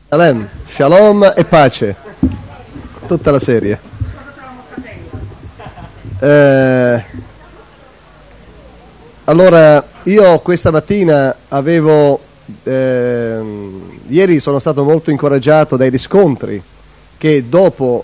Shalom, shalom e pace, tutta la serie. Allora, io questa mattina ieri sono stato molto incoraggiato dai riscontri che dopo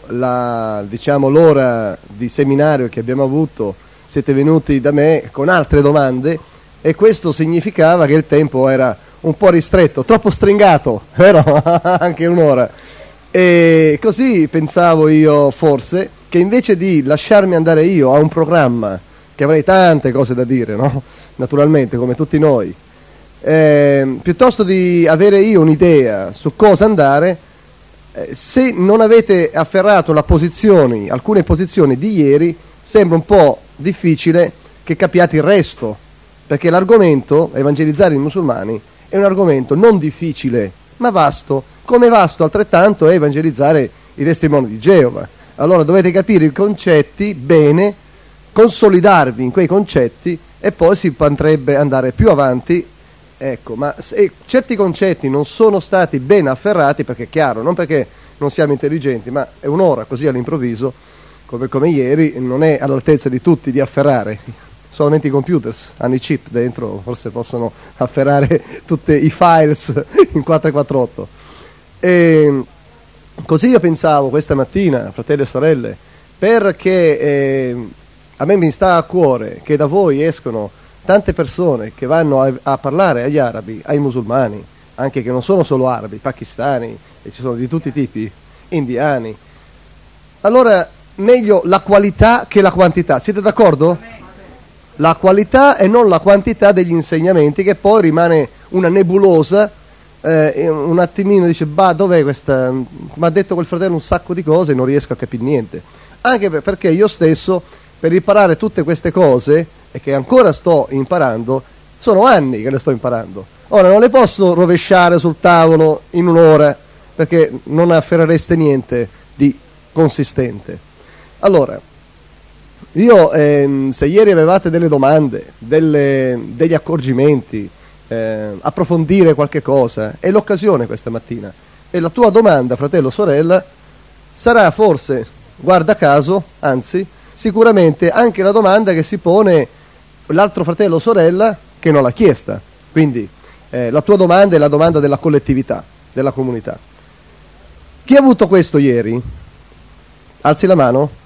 l'ora di seminario che abbiamo avuto siete venuti da me con altre domande, e questo significava che il tempo era un po' ristretto, troppo stringato, vero? Anche un'ora. E così pensavo io forse che invece di lasciarmi andare io a un programma, che avrei tante cose da dire, no? Naturalmente, come tutti noi, piuttosto di avere io un'idea su cosa andare, se non avete afferrato alcune posizioni di ieri, sembra un po' difficile che capiate il resto, perché l'argomento evangelizzare i musulmani è un argomento non difficile ma vasto, come vasto altrettanto è evangelizzare i testimoni di Geova. Allora dovete capire i concetti bene, consolidarvi in quei concetti e poi si potrebbe andare più avanti. Ecco, ma se certi concetti non sono stati ben afferrati, perché è chiaro, non perché non siamo intelligenti, ma è un'ora così all'improvviso, come ieri, non è all'altezza di tutti di afferrare. Solamente i computers hanno i chip dentro, forse possono afferrare tutti i files in 448. E così io pensavo questa mattina, fratelli e sorelle, perché a me mi sta a cuore che da voi escono tante persone che vanno a parlare agli arabi, ai musulmani, anche che non sono solo arabi, pakistani, e ci sono di tutti i tipi, indiani. Allora, meglio la qualità che la quantità. Siete d'accordo? La qualità e non la quantità degli insegnamenti, che poi rimane una nebulosa, un attimino dice, bah, dov'è questa? Mi ha detto quel fratello un sacco di cose e non riesco a capire niente. Anche perché io stesso, per imparare tutte queste cose, e che ancora sto imparando, sono anni che le sto imparando. Ora non le posso rovesciare sul tavolo in un'ora, perché non afferrereste niente di consistente. Allora, io, se ieri avevate delle domande, degli accorgimenti, approfondire qualche cosa, è l'occasione questa mattina. E la tua domanda, fratello o sorella, sarà forse, guarda caso, anzi, sicuramente anche la domanda che si pone l'altro fratello o sorella che non l'ha chiesta. Quindi la tua domanda è la domanda della collettività, della comunità. Chi ha avuto questo ieri? Alzi la mano.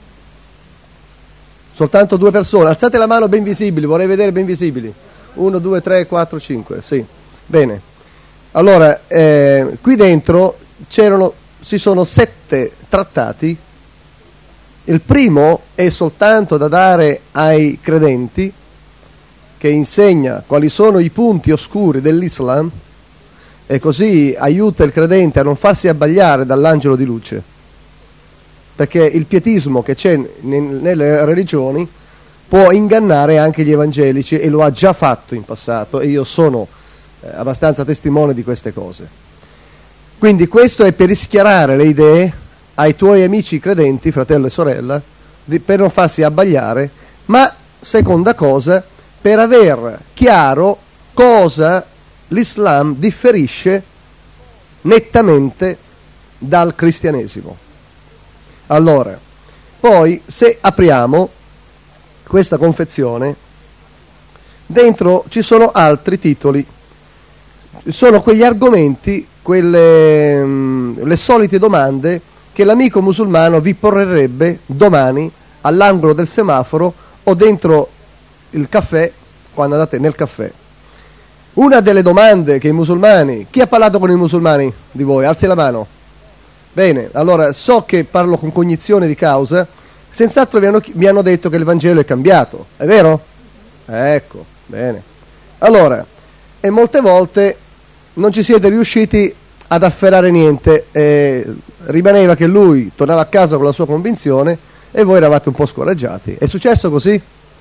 Soltanto 2 persone, alzate la mano ben visibili, vorrei vedere ben visibili. 1, 2, 3, 4, 5, sì. Bene. Allora, qui dentro ci sono 7 trattati. Il primo è soltanto da dare ai credenti, che insegna quali sono i punti oscuri dell'Islam, e così aiuta il credente a non farsi abbagliare dall'angelo di luce. Perché il pietismo che c'è nelle religioni può ingannare anche gli evangelici, e lo ha già fatto in passato, e io sono abbastanza testimone di queste cose. Quindi questo è per rischiarare le idee ai tuoi amici credenti, fratello e sorella, per non farsi abbagliare, ma seconda cosa, per aver chiaro cosa l'Islam differisce nettamente dal cristianesimo. Allora, poi se apriamo questa confezione, dentro ci sono altri titoli, sono quegli argomenti, le solite domande che l'amico musulmano vi porrebbe domani all'angolo del semaforo o dentro il caffè, quando andate nel caffè. Una delle domande che i musulmani... Chi ha parlato con i musulmani di voi? Alzi la mano. Bene, allora so che parlo con cognizione di causa. Senz'altro mi hanno detto che il Vangelo è cambiato, è vero? Ecco, bene. Allora, e molte volte non ci siete riusciti ad afferrare niente, rimaneva che lui tornava a casa con la sua convinzione e voi eravate un po' scoraggiati. È successo così?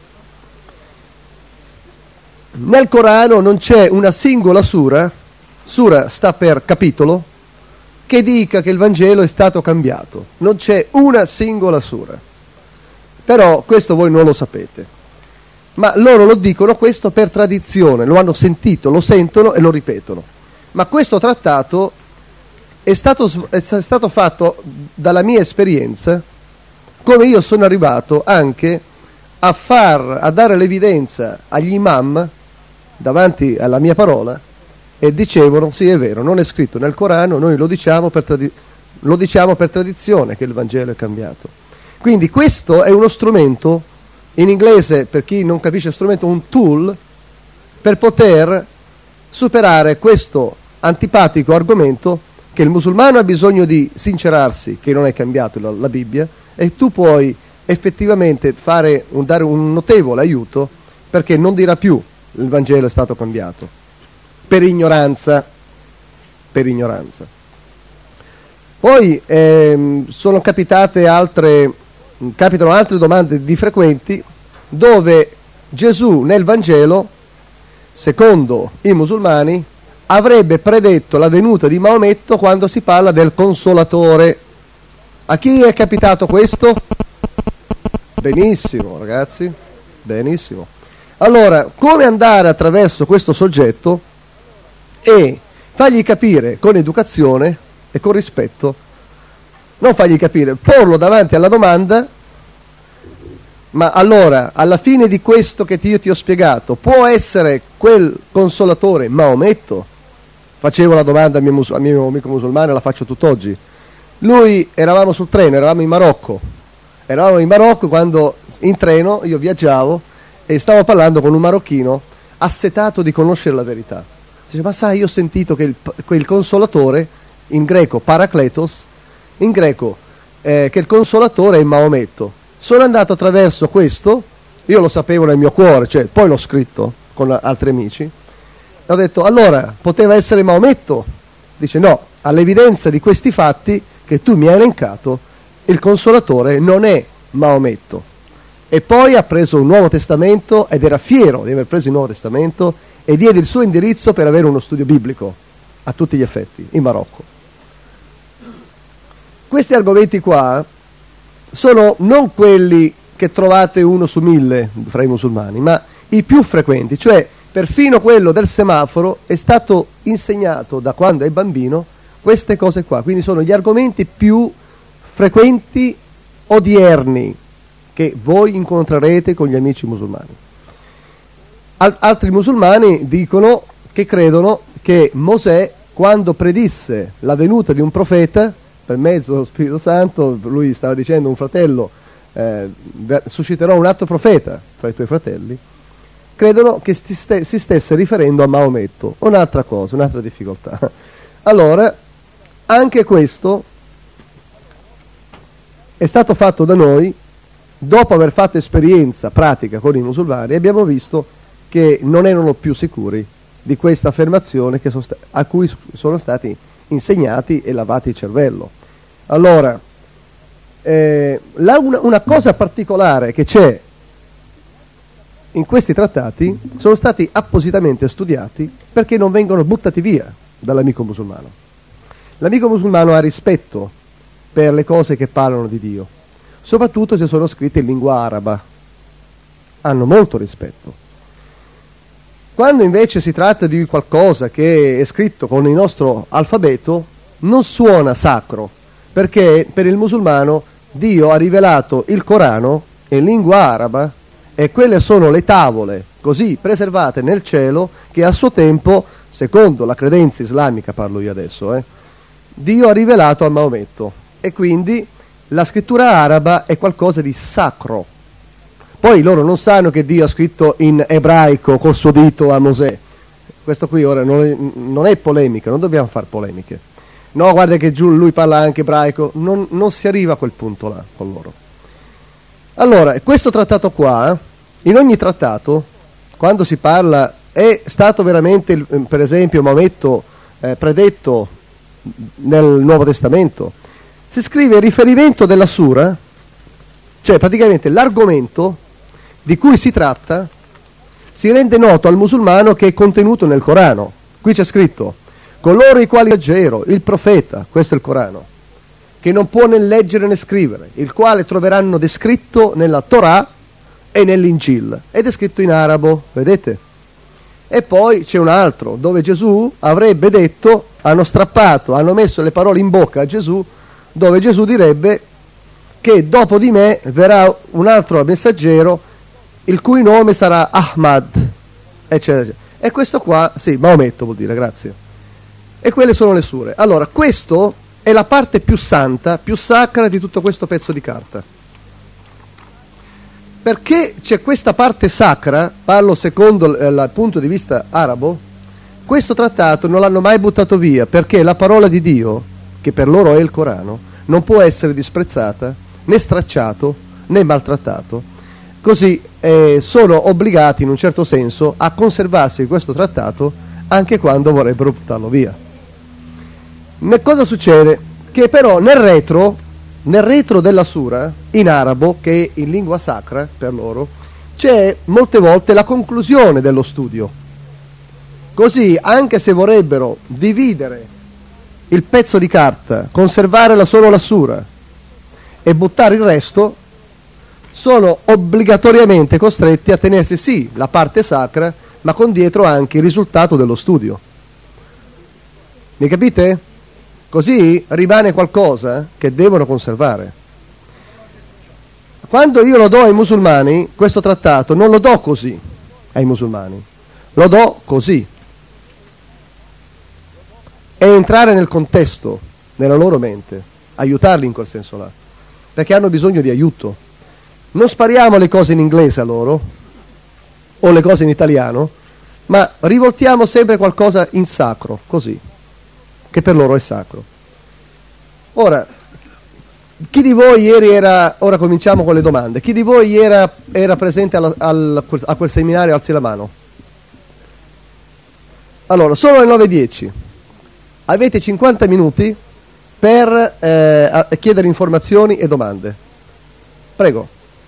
Nel Corano non c'è una singola sura sta per capitolo, che dica che il Vangelo è stato cambiato. Non c'è una singola sura. Però questo voi non lo sapete. Ma loro lo dicono questo per tradizione, lo hanno sentito, lo sentono e lo ripetono. Ma questo trattato è stato fatto dalla mia esperienza, come io sono arrivato anche a dare l'evidenza agli imam davanti alla mia parola, e dicevano: sì, è vero, non è scritto nel Corano, noi lo diciamo per tradizione che il Vangelo è cambiato. Quindi questo è uno strumento, in inglese, per chi non capisce strumento, un tool, per poter superare questo antipatico argomento che il musulmano ha bisogno di sincerarsi che non è cambiato la Bibbia, e tu puoi effettivamente dare un notevole aiuto, perché non dirà più il Vangelo è stato cambiato per ignoranza. Poi capitano altre domande di frequenti, dove Gesù nel Vangelo, secondo i musulmani, avrebbe predetto la venuta di Maometto quando si parla del Consolatore. A chi è capitato questo? Benissimo, ragazzi, benissimo. Allora, come andare attraverso questo soggetto e fargli capire con educazione e con rispetto, non fargli capire, porlo davanti alla domanda: ma allora, alla fine di questo che io ti ho spiegato, può essere quel Consolatore Maometto? Facevo la domanda al mio amico musulmano, la faccio tutt'oggi. Eravamo sul treno, eravamo in Marocco quando in treno io viaggiavo e stavo parlando con un marocchino assetato di conoscere la verità. Dice: ma sai, io ho sentito che il Consolatore, in greco Parakletos, in greco che il Consolatore è Maometto. Sono andato attraverso questo, io lo sapevo nel mio cuore, cioè poi l'ho scritto con altri amici, e ho detto: allora, poteva essere Maometto? Dice: no, all'evidenza di questi fatti che tu mi hai elencato, il Consolatore non è Maometto. E poi ha preso un Nuovo Testamento, ed era fiero di aver preso il Nuovo Testamento, e diede il suo indirizzo per avere uno studio biblico a tutti gli effetti in Marocco. Questi argomenti qua sono non quelli che trovate 1 su 1000 fra i musulmani, ma i più frequenti, cioè perfino quello del semaforo è stato insegnato da quando è bambino, queste cose qua. Quindi sono gli argomenti più frequenti odierni che voi incontrerete con gli amici musulmani. Altri musulmani dicono che credono che Mosè, quando predisse la venuta di un profeta per mezzo dello Spirito Santo, lui stava dicendo: un fratello, susciterò un altro profeta tra i tuoi fratelli, credono che si stesse riferendo a Maometto. Un'altra cosa, un'altra difficoltà. Allora, anche questo è stato fatto da noi dopo aver fatto esperienza pratica con i musulmani. Abbiamo visto che non erano più sicuri di questa affermazione a cui sono stati insegnati e lavati il cervello. Allora, una cosa particolare che c'è in questi trattati, sono stati appositamente studiati perché non vengono buttati via dall'amico musulmano. L'amico musulmano ha rispetto per le cose che parlano di Dio, soprattutto se sono scritte in lingua araba. Hanno molto rispetto. Quando invece si tratta di qualcosa che è scritto con il nostro alfabeto, non suona sacro, perché per il musulmano Dio ha rivelato il Corano in lingua araba, e quelle sono le tavole così preservate nel cielo che a suo tempo, secondo la credenza islamica, parlo io adesso, Dio ha rivelato a Maometto, e quindi la scrittura araba è qualcosa di sacro. Poi loro non sanno che Dio ha scritto in ebraico col suo dito a Mosè. Questo qui ora non è polemica, non dobbiamo fare polemiche. No, guarda che giù lui parla anche ebraico, non si arriva a quel punto là con loro. Allora, questo trattato qua, in ogni trattato, quando si parla, è stato veramente, per esempio, Maometto predetto nel Nuovo Testamento, si scrive il riferimento della sura, cioè praticamente l'argomento di cui si tratta si rende noto al musulmano che è contenuto nel Corano. Qui c'è scritto: coloro i quali leggero il profeta, questo è il Corano, che non può né leggere né scrivere, il quale troveranno descritto nella Torah e nell'Injil, ed è scritto in arabo, vedete? E poi c'è un altro dove Gesù avrebbe detto hanno strappato, hanno messo le parole in bocca a Gesù, dove Gesù direbbe che dopo di me verrà un altro messaggero il cui nome sarà Ahmad, eccetera, eccetera. E questo qua, sì, Maometto vuol dire, grazie. E quelle sono le sure. Allora, questo è la parte più santa, più sacra di tutto questo pezzo di carta. Perché c'è questa parte sacra, parlo secondo il punto di vista arabo, questo trattato non l'hanno mai buttato via, perché la parola di Dio, che per loro è il Corano, non può essere disprezzata, né stracciato, né maltrattato. Così sono obbligati in un certo senso a conservarsi questo trattato anche quando vorrebbero buttarlo via. Cosa succede? Che però nel retro della sura, in arabo, che è in lingua sacra per loro, c'è molte volte la conclusione dello studio. Così, anche se vorrebbero dividere il pezzo di carta, conservare solo la sura e buttare il resto, sono obbligatoriamente costretti a tenersi sì la parte sacra, ma con dietro anche il risultato dello studio. Mi capite? Così rimane qualcosa che devono conservare. Quando io lo do ai musulmani, questo trattato, non lo do così ai musulmani, lo do così. È entrare nel contesto, nella loro mente, aiutarli in quel senso là, perché hanno bisogno di aiuto. Non spariamo le cose in inglese a loro, o le cose in italiano, ma rivoltiamo sempre qualcosa in sacro, così, che per loro è sacro. Ora, chi di voi ieri era, ora cominciamo con le domande, chi di voi era presente a quel seminario? Alzi la mano. Allora, sono le 9:10, avete 50 minuti per chiedere informazioni e domande. Prego.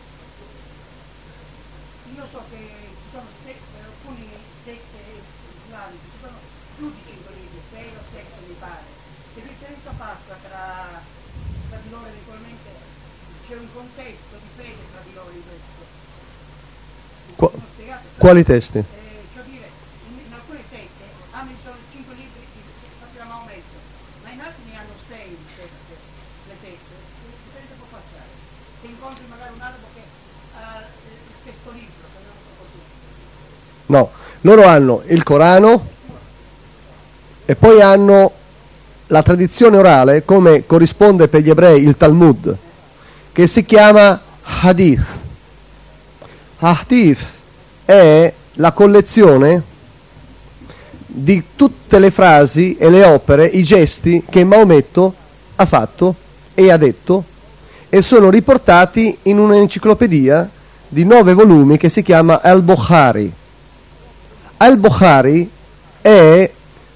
Quali testi? Cioè dire, in alcune sette hanno 5 libri fatti da Maometto, ma in altri ne hanno 6 le teste. Dipende può passare. Ti incontri magari un arabo che ha il stesso libro, così. No, loro hanno il Corano e poi hanno la tradizione orale, come corrisponde per gli ebrei il Talmud, che si chiama Hadith. Hadith è la collezione di tutte le frasi e le opere, i gesti che Maometto ha fatto e ha detto, e sono riportati in un'enciclopedia di 9 volumi che si chiama Al-Bukhari. Al-Bukhari è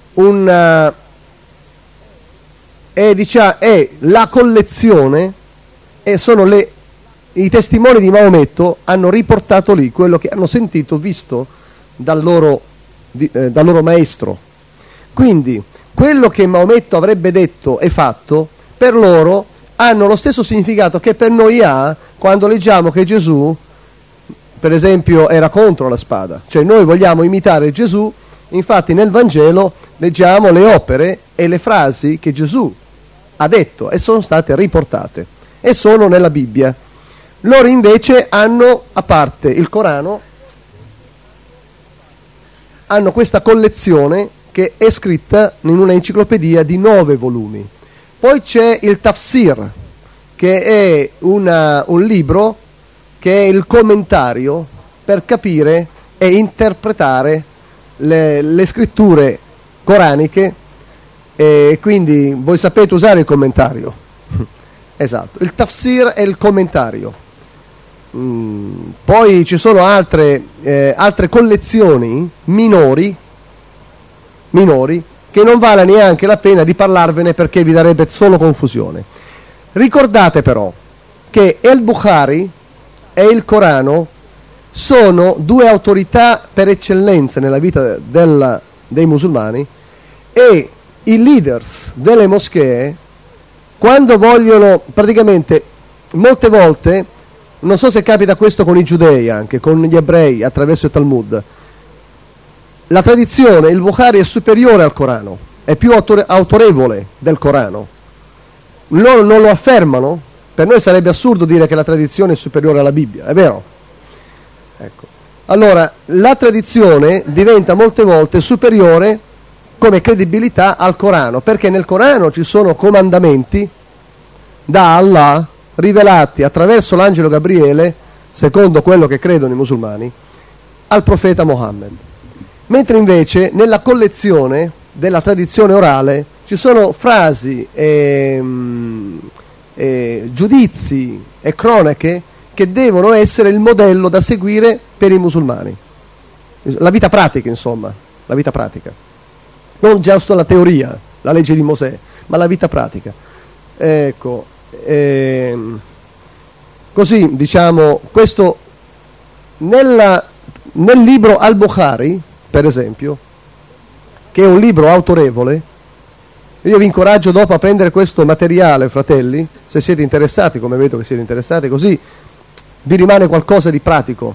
la collezione, e sono i testimoni di Maometto hanno riportato lì quello che hanno sentito, visto dal loro maestro. Quindi quello che Maometto avrebbe detto e fatto, per loro hanno lo stesso significato che per noi ha quando leggiamo che Gesù, per esempio, era contro la spada. Cioè noi vogliamo imitare Gesù, infatti nel Vangelo leggiamo le opere e le frasi che Gesù ha detto e sono state riportate e sono nella Bibbia. Loro invece hanno, a parte il Corano, hanno questa collezione che è scritta in una enciclopedia di 9 volumi. Poi c'è il Tafsir, che è un libro che è il commentario per capire e interpretare le scritture coraniche, e quindi voi sapete usare il commentario. Esatto, il Tafsir è il commentario. Poi ci sono altre collezioni minori che non vale neanche la pena di parlarvene, perché vi darebbe solo confusione. Ricordate però che il Bukhari e il Corano sono 2 autorità per eccellenza nella vita dei musulmani, e i leaders delle moschee, quando vogliono, praticamente molte volte, non so se capita questo con i giudei, anche con gli ebrei attraverso il Talmud, la tradizione, il Bukhari è superiore al Corano, è più autorevole del Corano. Loro non lo affermano. Per noi sarebbe assurdo dire che la tradizione è superiore alla Bibbia, è vero? Ecco. Allora, la tradizione diventa molte volte superiore come credibilità al Corano, perché nel Corano ci sono comandamenti da Allah rivelati attraverso l'angelo Gabriele, secondo quello che credono i musulmani, al profeta Mohammed. Mentre invece nella collezione della tradizione orale ci sono frasi giudizi e cronache che devono essere il modello da seguire per i musulmani. La vita pratica, insomma, la vita pratica. Non giusto la teoria, la legge di Mosè, ma la vita pratica. Ecco, così diciamo, questo nel libro Al-Bukhari, per esempio, che è un libro autorevole. Io vi incoraggio dopo a prendere questo materiale, fratelli, se siete interessati, come vedo che siete interessati, così vi rimane qualcosa di pratico.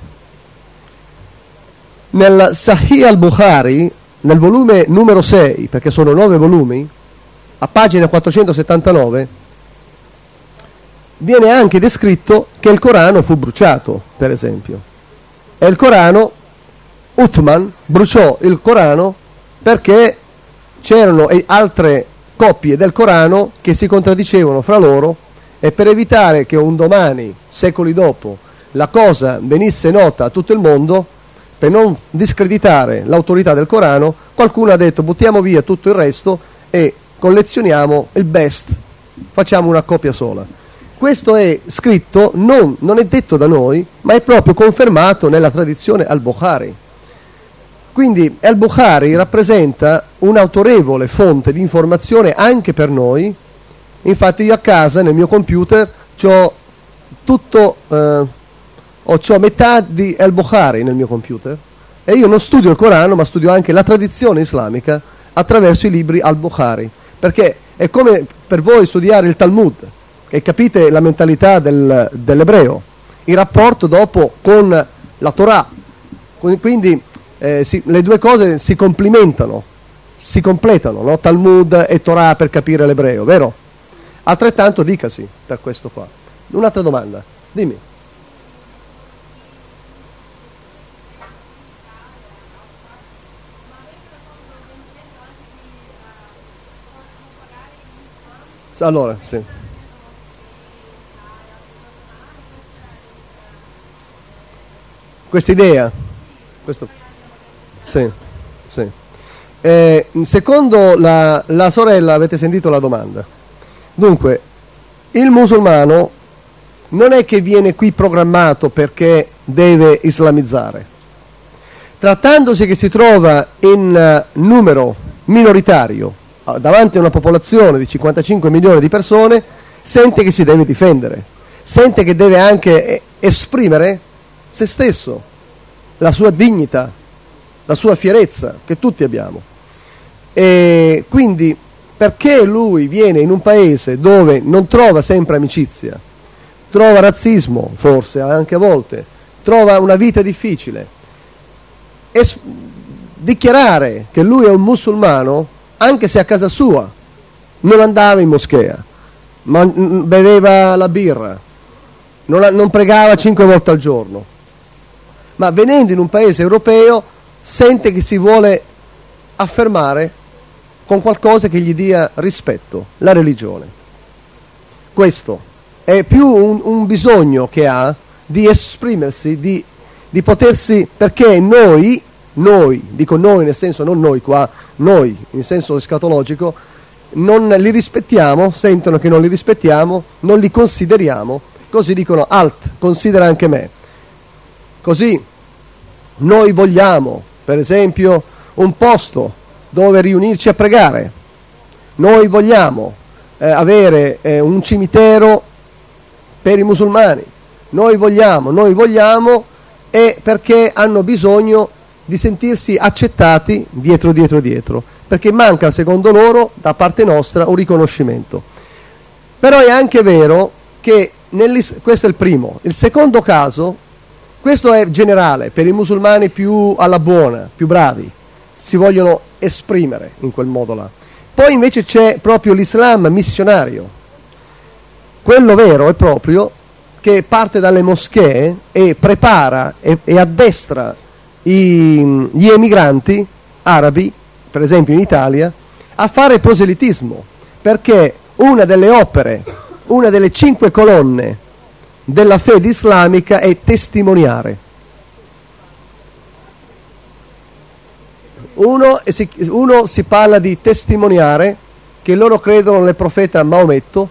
Nel Sahih al-Bukhari, nel volume numero 6, perché sono 9 volumi, a pagina 479, viene anche descritto che il Corano fu bruciato, per esempio. E il Corano, Uthman bruciò il Corano perché c'erano altre copie del Corano che si contraddicevano fra loro, e per evitare che un domani, secoli dopo, la cosa venisse nota a tutto il mondo, per non discreditare l'autorità del Corano, qualcuno ha detto buttiamo via tutto il resto e collezioniamo il best, facciamo una copia sola. Questo è scritto, non è detto da noi, ma è proprio confermato nella tradizione al-Bukhari. Quindi al-Bukhari rappresenta un'autorevole fonte di informazione anche per noi. Infatti io a casa, nel mio computer, c'ho metà di al-Bukhari nel mio computer, e io non studio il Corano, ma studio anche la tradizione islamica attraverso i libri al-Bukhari, perché è come per voi studiare il Talmud, che capite la mentalità dell'ebreo, il rapporto dopo con la Torah. Quindi le due cose si complementano, si completano, no? Talmud e Torah per capire l'ebreo, vero? Altrettanto dicasi per questo qua. Un'altra domanda, dimmi. Allora, sì. Questa idea? Sì, sì. Secondo la sorella, avete sentito la domanda. Dunque, il musulmano non è che viene qui programmato perché deve islamizzare. Trattandosi che si trova in numero minoritario davanti a una popolazione di 55 milioni di persone, sente che si deve difendere, sente che deve anche esprimere se stesso, la sua dignità, la sua fierezza che tutti abbiamo. E quindi perché lui viene in un paese dove non trova sempre amicizia, trova razzismo forse anche a volte, trova una vita difficile, dichiarare che lui è un musulmano anche se a casa sua non andava in moschea, ma beveva la birra, non pregava 5 volte al giorno, ma venendo in un paese europeo sente che si vuole affermare con qualcosa che gli dia rispetto, la religione. Questo è più un bisogno che ha di esprimersi, di potersi, perché noi, dico noi nel senso non noi qua, noi in senso escatologico, non li rispettiamo, sentono che non li rispettiamo, non li consideriamo, così dicono alt, considera anche me. Così noi vogliamo, per esempio, un posto dove riunirci a pregare, noi vogliamo avere un cimitero per i musulmani, noi vogliamo, e perché hanno bisogno di sentirsi accettati dietro, perché manca secondo loro da parte nostra un riconoscimento. Però è anche vero che questo è il primo. Il secondo caso, questo è generale per i musulmani più alla buona, più bravi, si vogliono esprimere in quel modo là. Poi invece c'è proprio l'Islam missionario, quello vero e proprio, che parte dalle moschee e prepara e addestra gli emigranti arabi, per esempio in Italia, a fare proselitismo, perché una delle opere, una delle 5 colonne della fede islamica è testimoniare. Uno si parla di testimoniare, che loro credono nel profeta Maometto,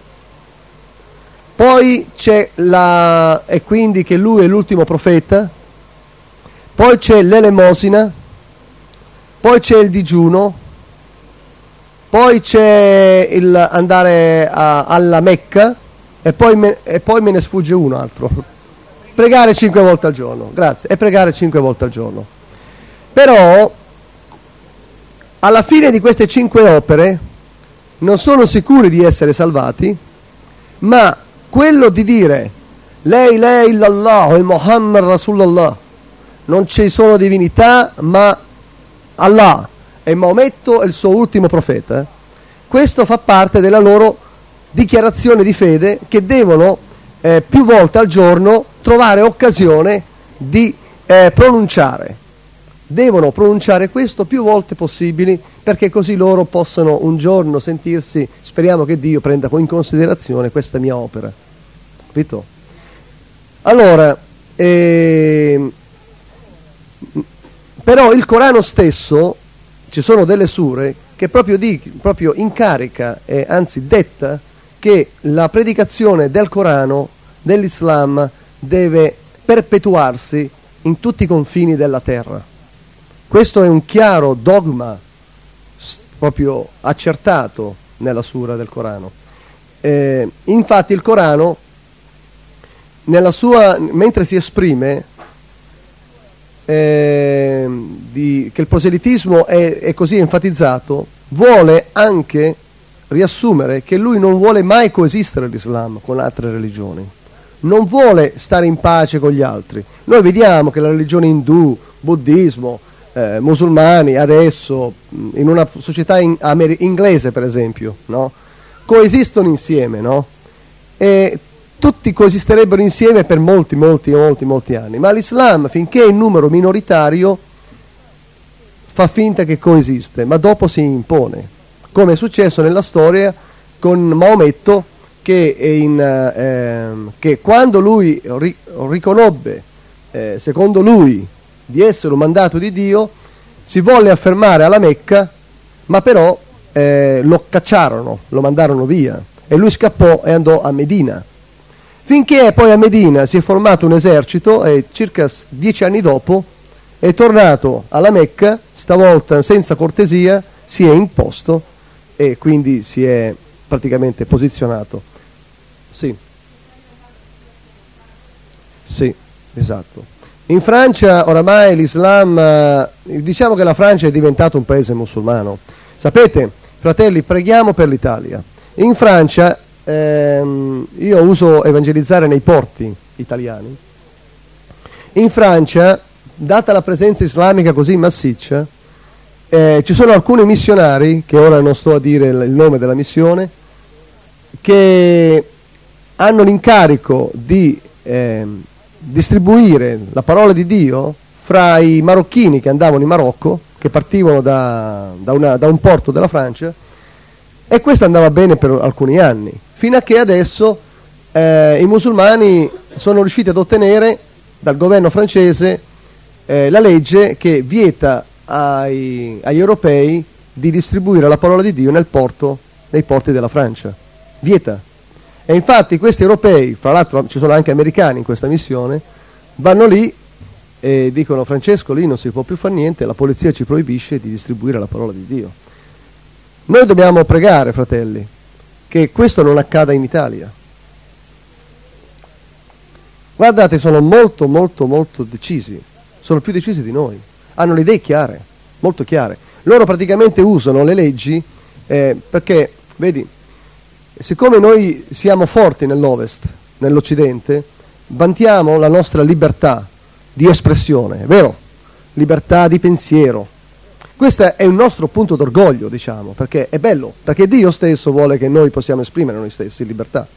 poi c'è e quindi che lui è l'ultimo profeta, poi c'è l'elemosina, poi c'è il digiuno, poi c'è il andare alla Mecca e poi me ne sfugge un altro. Pregare 5 volte al giorno, grazie, e pregare 5 volte al giorno. Però alla fine di queste 5 opere non sono sicuri di essere salvati, ma quello di dire la ilaha illallah e Muhammad Rasulullah, non ci sono divinità ma Allah, e Maometto è il suo ultimo profeta, questo fa parte della loro dichiarazione di fede, che devono più volte al giorno trovare occasione di pronunciare. Devono pronunciare questo più volte possibili, perché così loro possono un giorno sentirsi, speriamo che Dio prenda in considerazione questa mia opera. Capito? Allora, però il Corano stesso, ci sono delle sure che proprio incarica e anzi detta che la predicazione del Corano, dell'Islam, deve perpetuarsi in tutti i confini della terra. Questo è un chiaro dogma proprio accertato nella sura del Corano. Infatti il Corano, mentre si esprime che il proselitismo è così enfatizzato, vuole anche riassumere che lui non vuole mai coesistere l'Islam con altre religioni, non vuole stare in pace con gli altri. Noi vediamo che la religione indù, buddismo, musulmani adesso in una società inglese per esempio, no? Coesistono insieme, no? E tutti coesisterebbero insieme per molti anni, ma l'Islam, finché è in numero minoritario, fa finta che coesiste, ma dopo si impone, come è successo nella storia con Maometto, che quando lui riconobbe, secondo lui, di essere un mandato di Dio, si volle affermare alla Mecca, ma però lo cacciarono, lo mandarono via, e lui scappò e andò a Medina. Finché poi a Medina si è formato un esercito e circa 10 anni dopo è tornato alla Mecca, stavolta senza cortesia, si è imposto e quindi si è praticamente posizionato. Sì, esatto. In Francia oramai l'Islam, diciamo che la Francia è diventato un paese musulmano. Sapete, fratelli, preghiamo per l'Italia. In Francia, io uso evangelizzare nei porti italiani. In Francia, data la presenza islamica così massiccia, ci sono alcuni missionari, che ora non sto a dire il nome della missione, che hanno l'incarico di distribuire la parola di Dio fra i marocchini che andavano in Marocco, che partivano da un porto della Francia, e questo andava bene per alcuni anni, fino a che adesso i musulmani sono riusciti ad ottenere dal governo francese la legge che vieta agli europei di distribuire la parola di Dio nei porti della Francia. Vieta. E infatti questi europei, fra l'altro ci sono anche americani in questa missione, vanno lì e dicono: Francesco, lì non si può più fare niente, la polizia ci proibisce di distribuire la parola di Dio. Noi dobbiamo pregare, fratelli, che questo non accada in Italia. Guardate, sono molto decisi, sono più decisi di noi, hanno le idee chiare, molto chiare. Loro praticamente usano le leggi perché, vedi, siccome noi siamo forti nell'Ovest, nell'Occidente, vantiamo la nostra libertà di espressione, è vero? Libertà di pensiero. Questo è un nostro punto d'orgoglio, diciamo, perché è bello, perché Dio stesso vuole che noi possiamo esprimere noi stessi in libertà.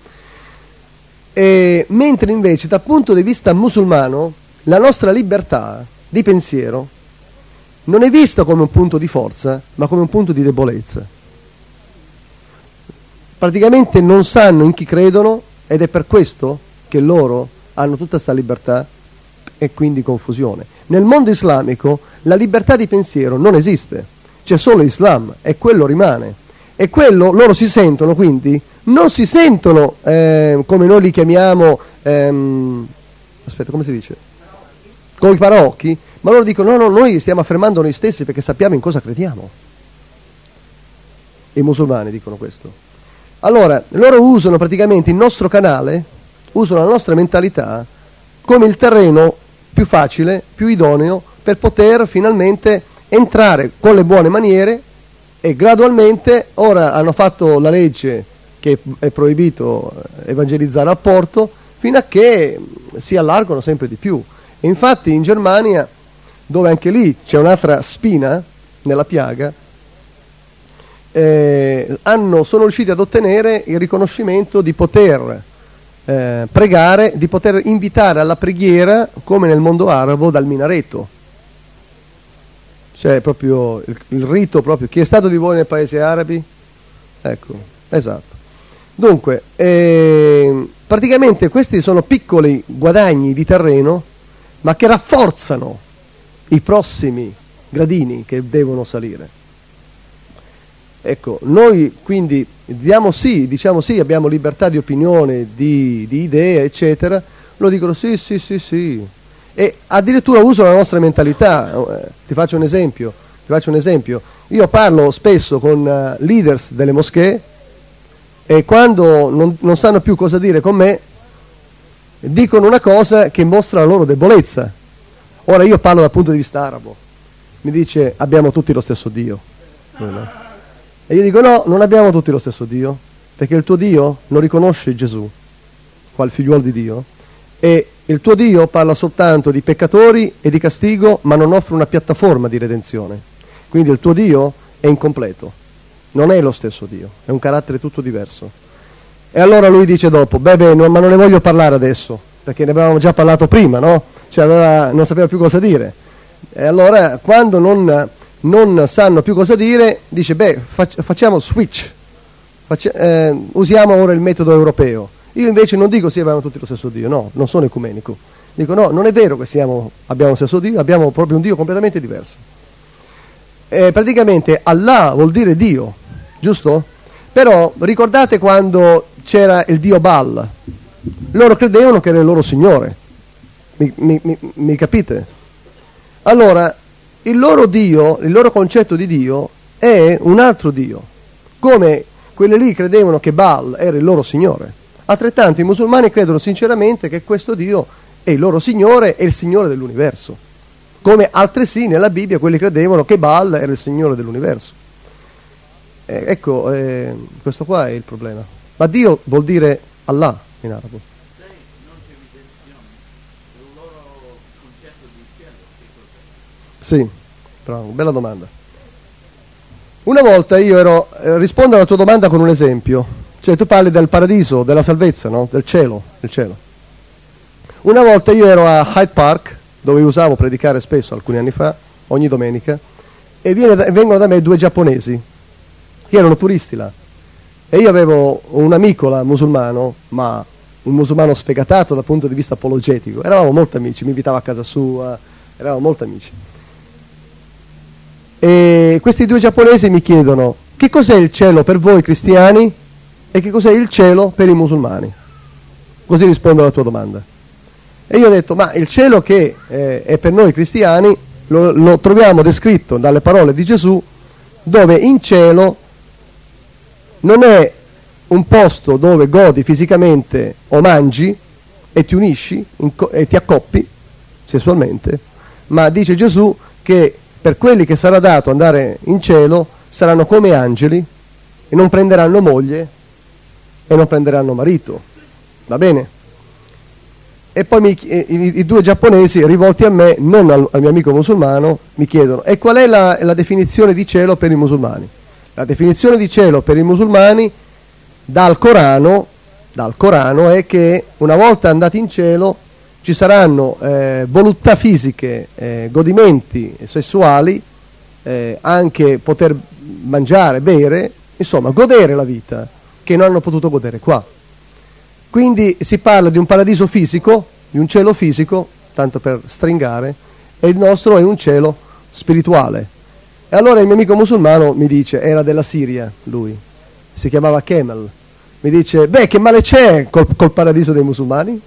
Mentre invece dal punto di vista musulmano la nostra libertà di pensiero non è vista come un punto di forza, ma come un punto di debolezza. Praticamente non sanno in chi credono ed è per questo che loro hanno tutta questa libertà e quindi confusione. Nel mondo islamico la libertà di pensiero non esiste, c'è solo Islam e quello rimane. E quello loro si sentono, quindi non si sentono come noi li chiamiamo, aspetta, come si dice? Con i paraocchi, ma loro dicono no, noi stiamo affermando noi stessi perché sappiamo in cosa crediamo. I musulmani dicono questo. Allora, loro usano praticamente il nostro canale, usano la nostra mentalità come il terreno più facile, più idoneo per poter finalmente entrare con le buone maniere e gradualmente, ora hanno fatto la legge che è proibito evangelizzare a porto, fino a che si allargano sempre di più. E infatti in Germania, dove anche lì c'è un'altra spina nella piaga, sono riusciti ad ottenere il riconoscimento di poter pregare, di poter invitare alla preghiera come nel mondo arabo dal minareto. Cioè proprio il rito proprio. Chi è stato di voi nei paesi arabi? Ecco, esatto. Dunque, praticamente questi sono piccoli guadagni di terreno, ma che rafforzano i prossimi gradini che devono salire. Ecco, noi quindi diciamo sì, abbiamo libertà di opinione, di idee, eccetera. Loro dicono sì. E addirittura usano la nostra mentalità. Ti faccio un esempio. Io parlo spesso con leaders delle moschee e quando non sanno più cosa dire con me, dicono una cosa che mostra la loro debolezza. Ora io parlo dal punto di vista arabo. Mi dice abbiamo tutti lo stesso Dio. E io dico no, non abbiamo tutti lo stesso Dio, perché il tuo Dio non riconosce Gesù, qual figliuolo di Dio, e il tuo Dio parla soltanto di peccatori e di castigo, ma non offre una piattaforma di redenzione. Quindi il tuo Dio è incompleto, non è lo stesso Dio, è un carattere tutto diverso. E allora lui dice dopo, ma non ne voglio parlare adesso, perché ne avevamo già parlato prima, no? Cioè non sapeva più cosa dire. E allora quando non sanno più cosa dire, dice facciamo switch, usiamo ora il metodo europeo. Io invece non dico sì, abbiamo tutti lo stesso Dio, no, non sono ecumenico, dico no, non è vero che abbiamo lo stesso Dio, abbiamo proprio un Dio completamente diverso. Praticamente Allah vuol dire Dio, giusto? Però ricordate quando c'era il Dio Baal, loro credevano che era il loro Signore, mi capite? Allora il loro Dio, il loro concetto di Dio è un altro Dio, come quelli lì credevano che Baal era il loro Signore. Altrettanto i musulmani credono sinceramente che questo Dio è il loro Signore e il Signore dell'universo, come altresì nella Bibbia quelli credevano che Baal era il Signore dell'universo. Ecco, questo qua è il problema. Ma Dio vuol dire Allah in arabo. Sì, bravo, bella domanda. Una volta rispondo alla tua domanda con un esempio, cioè tu parli del paradiso, della salvezza, no? Del cielo. Una volta io ero a Hyde Park, dove usavo predicare spesso alcuni anni fa, ogni domenica, e vengono da me due giapponesi, che erano turisti là, e io avevo un amico là, musulmano, ma un musulmano sfegatato dal punto di vista apologetico, eravamo molto amici, mi invitava a casa sua, eravamo molto amici. E questi due giapponesi mi chiedono che cos'è il cielo per voi cristiani e che cos'è il cielo per i musulmani. Così rispondo alla tua domanda. E io ho detto, ma il cielo che è per noi cristiani lo troviamo descritto dalle parole di Gesù, dove in cielo non è un posto dove godi fisicamente o mangi e ti unisci e ti accoppi sessualmente, ma dice Gesù che per quelli che sarà dato andare in cielo saranno come angeli e non prenderanno moglie e non prenderanno marito. Va bene? E poi i due giapponesi, rivolti a me, non al mio amico musulmano, mi chiedono: e qual è la definizione di cielo per i musulmani? La definizione di cielo per i musulmani dal Corano è che una volta andati in cielo ci saranno voluttà fisiche, godimenti sessuali, anche poter mangiare, bere, insomma godere la vita che non hanno potuto godere qua. Quindi si parla di un paradiso fisico, di un cielo fisico, tanto per stringare, e il nostro è un cielo spirituale. E allora il mio amico musulmano mi dice, era della Siria lui, si chiamava Kemal, mi dice: beh, che male c'è col paradiso dei musulmani?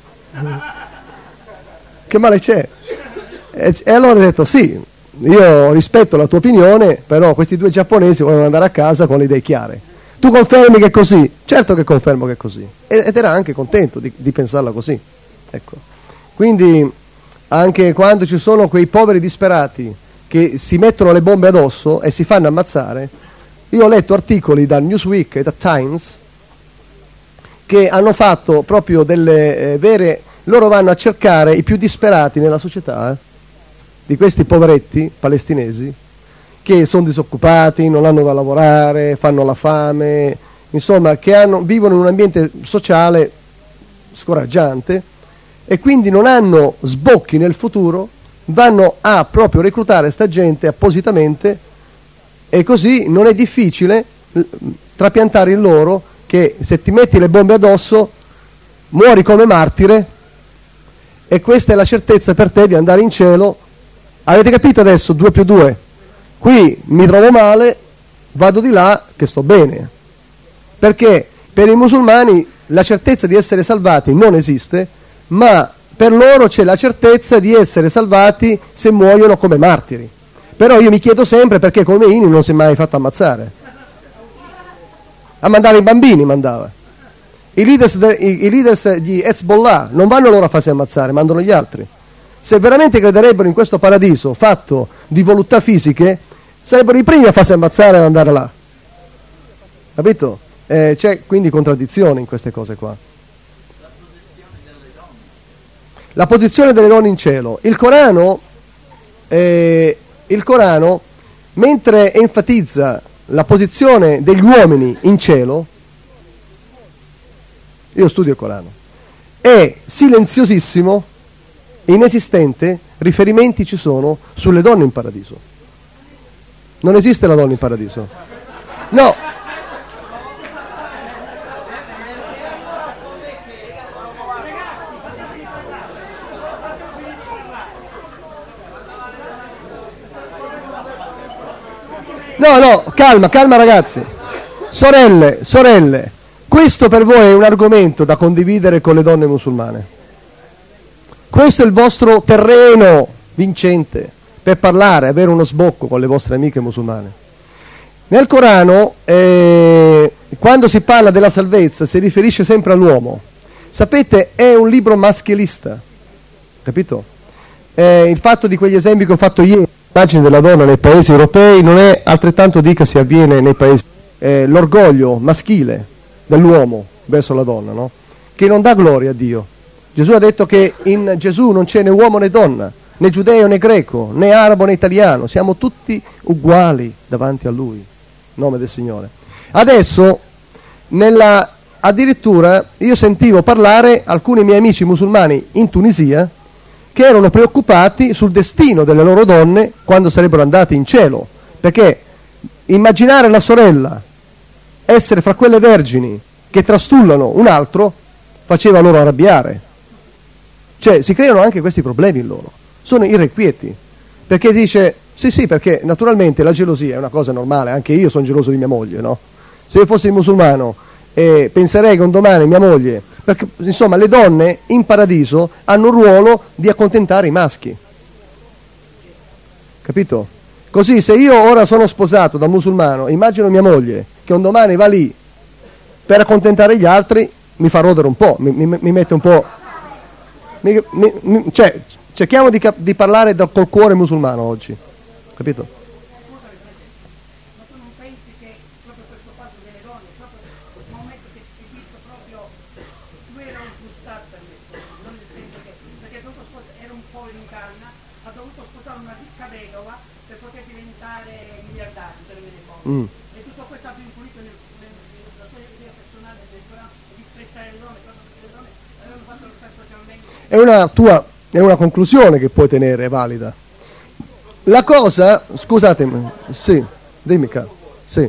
Che male c'è? E allora ho detto: sì, io rispetto la tua opinione, però questi due giapponesi vogliono andare a casa con le idee chiare. Tu confermi che è così? Certo che confermo che è così. Ed era anche contento di pensarla così. Ecco. Quindi anche quando ci sono quei poveri disperati che si mettono le bombe addosso e si fanno ammazzare, io ho letto articoli da Newsweek e da Times che hanno fatto proprio delle vere... Loro vanno a cercare i più disperati nella società, di questi poveretti palestinesi, che sono disoccupati, non hanno da lavorare, fanno la fame, insomma, che vivono in un ambiente sociale scoraggiante e quindi non hanno sbocchi nel futuro, vanno a proprio reclutare sta gente appositamente, e così non è difficile trapiantare in loro che se ti metti le bombe addosso muori come martire, e questa è la certezza per te di andare in cielo. Avete capito adesso? 2 più 2. Qui mi trovo male, vado di là che sto bene. Perché per i musulmani la certezza di essere salvati non esiste, ma per loro c'è la certezza di essere salvati se muoiono come martiri. Però io mi chiedo sempre perché Khomeini non si è mai fatto ammazzare. A mandare i bambini, mandava. I leaders di Hezbollah non vanno loro a farsi ammazzare, mandano gli altri. Se veramente crederebbero in questo paradiso fatto di voluttà fisiche, sarebbero i primi a farsi ammazzare e ad andare là. Capito? C'è quindi contraddizione in queste cose qua. La posizione delle donne in cielo. Il Corano, mentre enfatizza la posizione degli uomini in cielo, io studio il Corano, è silenziosissimo, inesistente, riferimenti ci sono sulle donne in paradiso. Non esiste la donna in paradiso. No. No, calma ragazzi. Sorelle, questo per voi è un argomento da condividere con le donne musulmane. Questo è il vostro terreno vincente per parlare, avere uno sbocco con le vostre amiche musulmane. Nel Corano, quando si parla della salvezza, si riferisce sempre all'uomo. Sapete, è un libro maschilista, capito? Il fatto di quegli esempi che ho fatto ieri, l'immagine della donna nei paesi europei, non è altrettanto dica si avviene nei paesi. L'orgoglio maschile dell'uomo verso la donna, no? Che non dà gloria a Dio. Gesù ha detto che in Gesù non c'è né uomo né donna, né giudeo né greco, né arabo né italiano, siamo tutti uguali davanti a Lui, in nome del Signore. Adesso, addirittura, io sentivo parlare alcuni miei amici musulmani in Tunisia che erano preoccupati sul destino delle loro donne quando sarebbero andate in cielo, perché immaginare la sorella essere fra quelle vergini che trastullano un altro faceva loro arrabbiare. Cioè si creano anche questi problemi in loro, sono irrequieti, perché dice sì, perché naturalmente la gelosia è una cosa normale, anche io sono geloso di mia moglie, no? Se io fossi musulmano penserei che un domani mia moglie, perché insomma le donne in paradiso hanno il ruolo di accontentare i maschi, capito? Così se io ora sono sposato da musulmano, immagino mia moglie che un domani va lì per accontentare gli altri, mi fa rodere un po', mi mette un po'... cioè, cerchiamo di parlare col cuore musulmano oggi, capito? Ma tu non pensi che proprio questo fatto delle donne, proprio il momento che ti visto proprio tu eri un frustata, non nel senso che sono una ricca vedova per poter diventare miliardario, per le cose. E tutto questo ha influito nella sua idea personale del Corano, di rispettare le donne, quando le donne avevano fatto lo stesso socialmente. È una conclusione che puoi tenere, è valida. La cosa, scusatemi, sì, dimmi caro, sì.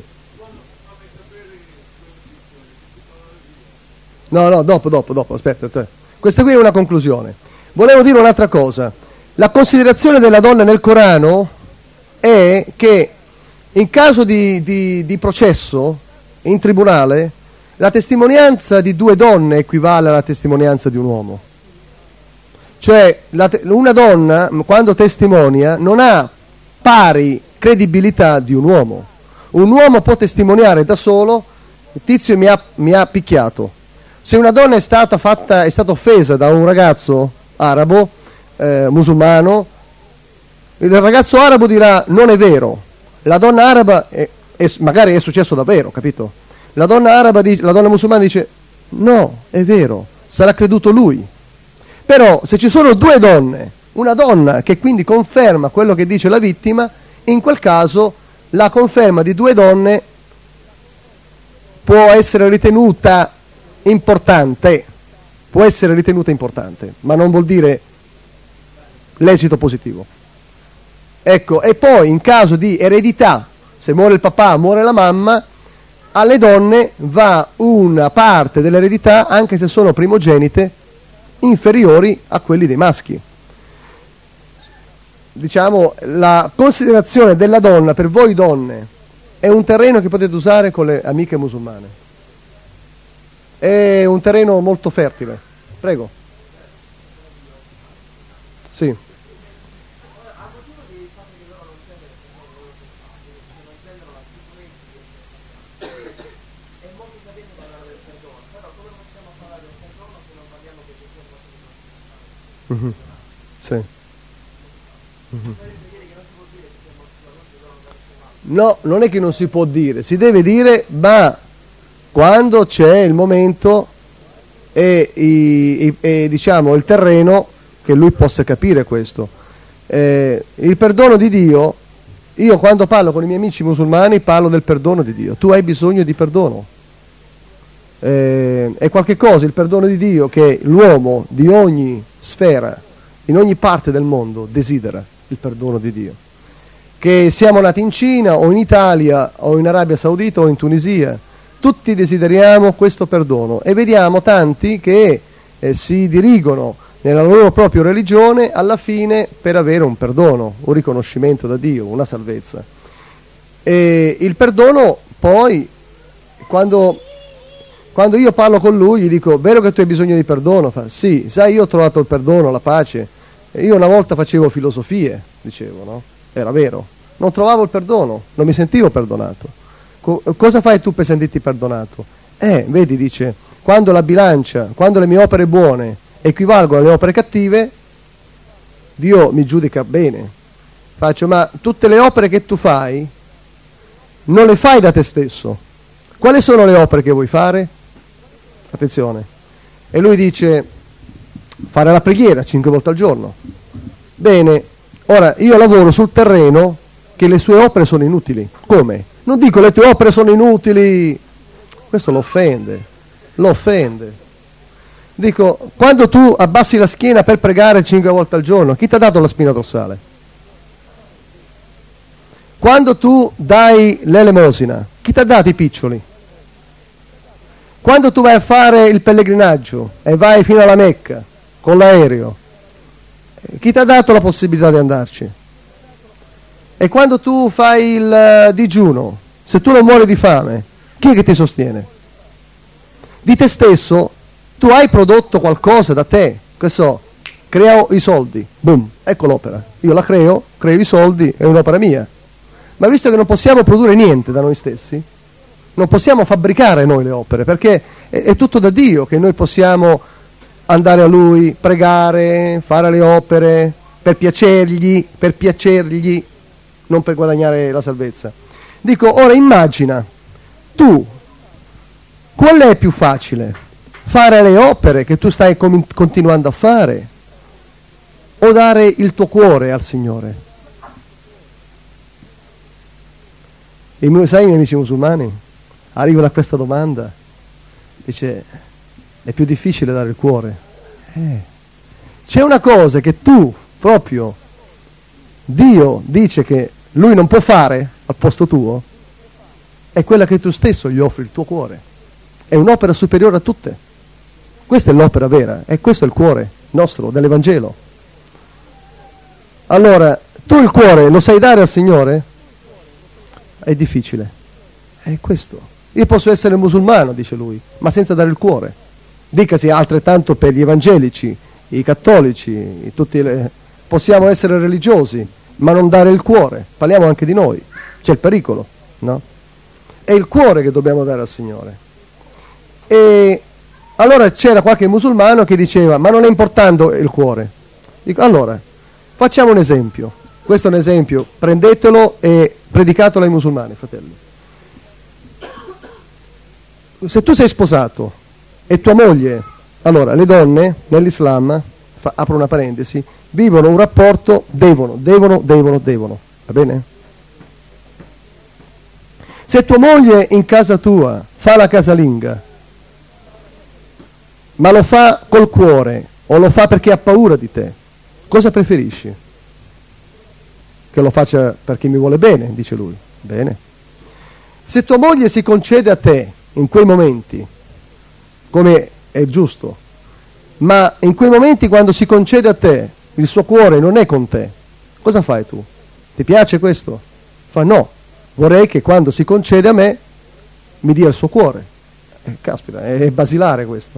No, dopo, aspetta. Questa qui è una conclusione. Volevo dire un'altra cosa. La considerazione della donna nel Corano è che in caso di processo in tribunale, la testimonianza di due donne equivale alla testimonianza di un uomo. Cioè, una donna, quando testimonia, non ha pari credibilità di un uomo. Un uomo può testimoniare da solo: il tizio mi ha picchiato. Se una donna è stata offesa da un ragazzo arabo, musulmano, il ragazzo arabo dirà non è vero. La donna araba, magari è successo davvero, capito? La donna musulmana dice no, è vero, sarà creduto lui. Però se ci sono due donne, una donna che quindi conferma quello che dice la vittima, in quel caso la conferma di due donne può essere ritenuta importante, ma non vuol dire l'esito positivo. Ecco, e poi in caso di eredità, se muore il papà, muore la mamma, alle donne va una parte dell'eredità, anche se sono primogenite, inferiori a quelli dei maschi. Diciamo, la considerazione della donna per voi donne è un terreno che potete usare con le amiche musulmane. È un terreno molto fertile. Prego. Sì. Sì. No, non è che non si può dire, si deve dire, ma quando c'è il momento e diciamo il terreno che lui possa capire questo. Il perdono di Dio, io quando parlo con i miei amici musulmani parlo del perdono di Dio. Tu hai bisogno di perdono. È qualche cosa, il perdono di Dio, che l'uomo di ogni sfera, in ogni parte del mondo, desidera il perdono di Dio. Che siamo nati in Cina o in Italia o in Arabia Saudita o in Tunisia, tutti desideriamo questo perdono e vediamo tanti che si dirigono nella loro propria religione alla fine per avere un perdono, un riconoscimento da Dio, una salvezza. E il perdono poi, quando io parlo con lui, gli dico: vero che tu hai bisogno di perdono? Fa: sì, sai, io ho trovato il perdono, la pace. E io una volta facevo filosofie, dicevo, no? Era vero. Non trovavo il perdono, non mi sentivo perdonato. Cosa fai tu per sentirti perdonato? Vedi, dice, quando la bilancia, quando le mie opere buone equivalgono alle opere cattive, Dio mi giudica bene. Faccio: ma tutte le opere che tu fai, non le fai da te stesso. Quali sono le opere che vuoi fare? Attenzione. E lui dice: fare la preghiera 5 volte al giorno. Bene, ora io lavoro sul terreno che le sue opere sono inutili. Come? Non dico le tue opere sono inutili, questo lo offende. Dico: quando tu abbassi la schiena per pregare 5 volte al giorno, chi ti ha dato la spina dorsale? Quando tu dai l'elemosina, chi ti ha dato i piccioli? Quando tu vai a fare il pellegrinaggio e vai fino alla Mecca con l'aereo, chi ti ha dato la possibilità di andarci? E quando tu fai il digiuno, se tu non muori di fame, chi è che ti sostiene? Di te stesso tu hai prodotto qualcosa da te, che so, creo i soldi, boom, ecco l'opera. Io la creo i soldi, è un'opera mia. Ma visto che non possiamo produrre niente da noi stessi, non possiamo fabbricare noi le opere, perché è tutto da Dio che noi possiamo andare a Lui, pregare, fare le opere per piacergli, non per guadagnare la salvezza. Dico, ora immagina, tu, qual è più facile? Fare le opere che tu stai continuando a fare o dare il tuo cuore al Signore? Sai i miei amici musulmani? Arrivano a questa domanda, dice, è più difficile dare il cuore. C'è una cosa che tu, proprio, Dio dice che Lui non può fare al posto tuo, è quella che tu stesso gli offri il tuo cuore. È un'opera superiore a tutte. Questa è l'opera vera, e questo è il cuore nostro, dell'Evangelo. Allora, tu il cuore lo sai dare al Signore? È difficile. È questo. Io posso essere musulmano, dice lui, ma senza dare il cuore. Dicasi altrettanto per gli evangelici, i cattolici, possiamo essere religiosi, ma non dare il cuore. Parliamo anche di noi. C'è il pericolo, no? È il cuore che dobbiamo dare al Signore. E allora c'era qualche musulmano che diceva, ma non è importante il cuore. Dico, allora, facciamo un esempio. Questo è un esempio, prendetelo e predicatelo ai musulmani, fratelli. Se tu sei sposato e tua moglie, allora le donne nell'Islam, apro una parentesi, vivono un rapporto, devono, va bene? Se tua moglie in casa tua fa la casalinga, ma lo fa col cuore o lo fa perché ha paura di te, cosa preferisci? Che lo faccia perché mi vuole bene, dice lui. Bene. Se tua moglie si concede a te in quei momenti, come è giusto, ma in quei momenti quando si concede a te, il suo cuore non è con te, cosa fai tu? Ti piace questo? Fa no, vorrei che quando si concede a me mi dia il suo cuore. Caspita, è basilare questo.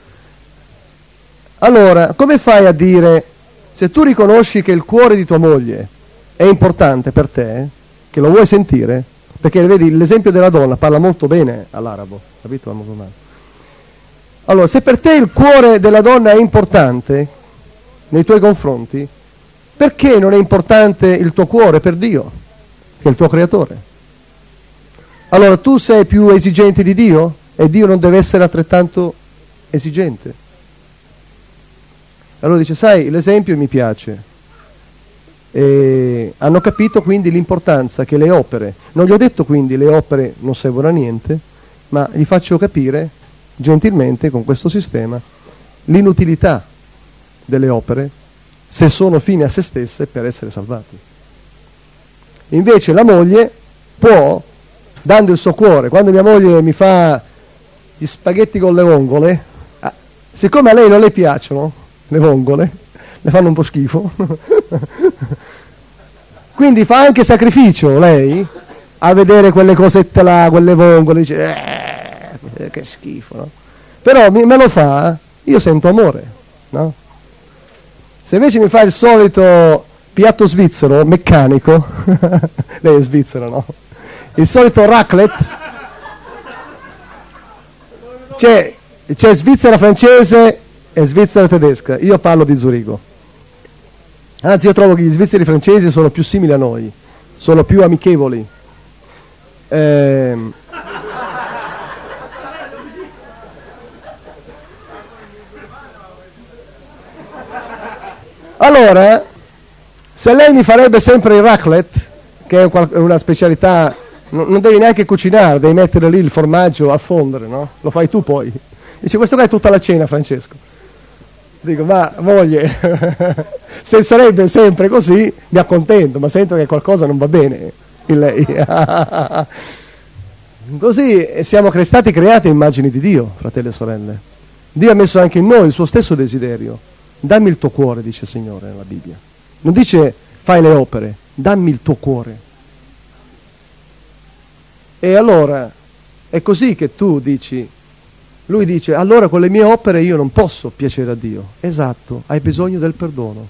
Allora, come fai a dire, se tu riconosci che il cuore di tua moglie è importante per te, che lo vuoi sentire, perché vedi l'esempio della donna parla molto bene all'arabo, capito? Al musulmano. Allora, se per te il cuore della donna è importante nei tuoi confronti, perché non è importante il tuo cuore per Dio, che è il tuo creatore? Allora tu sei più esigente di Dio e Dio non deve essere altrettanto esigente. Allora dice, sai, l'esempio mi piace. E hanno capito quindi l'importanza che le opere, non gli ho detto quindi le opere non servono a niente, ma gli faccio capire gentilmente con questo sistema l'inutilità delle opere se sono fine a se stesse per essere salvati. Invece la moglie può, dando il suo cuore, quando mia moglie mi fa gli spaghetti con le vongole, siccome a lei non le piacciono le vongole, le fanno un po' schifo, quindi fa anche sacrificio lei a vedere quelle cosette là, quelle vongole, dice che schifo, no? Però me lo fa, io sento amore, no? Se invece mi fa il solito piatto svizzero meccanico lei è svizzera, no? Il solito raclette, c'è Svizzera francese e Svizzera tedesca, io parlo di Zurigo. Anzi, io trovo che gli svizzeri francesi sono più simili a noi, sono più amichevoli. Allora, se lei mi farebbe sempre il raclette, che è una specialità, non devi neanche cucinare, devi mettere lì il formaggio a fondere, no? Lo fai tu poi. Dice, questo qua è tutta la cena, Francesco. Dico, ma moglie, se sarebbe sempre così, mi accontento, ma sento che qualcosa non va bene in lei. Così siamo stati creati a immagini di Dio, fratelli e sorelle. Dio ha messo anche in noi il suo stesso desiderio. Dammi il tuo cuore, dice il Signore nella Bibbia. Non dice fai le opere, dammi il tuo cuore. E allora è così che tu dici, lui dice, allora con le mie opere io non posso piacere a Dio. Esatto, hai bisogno del perdono.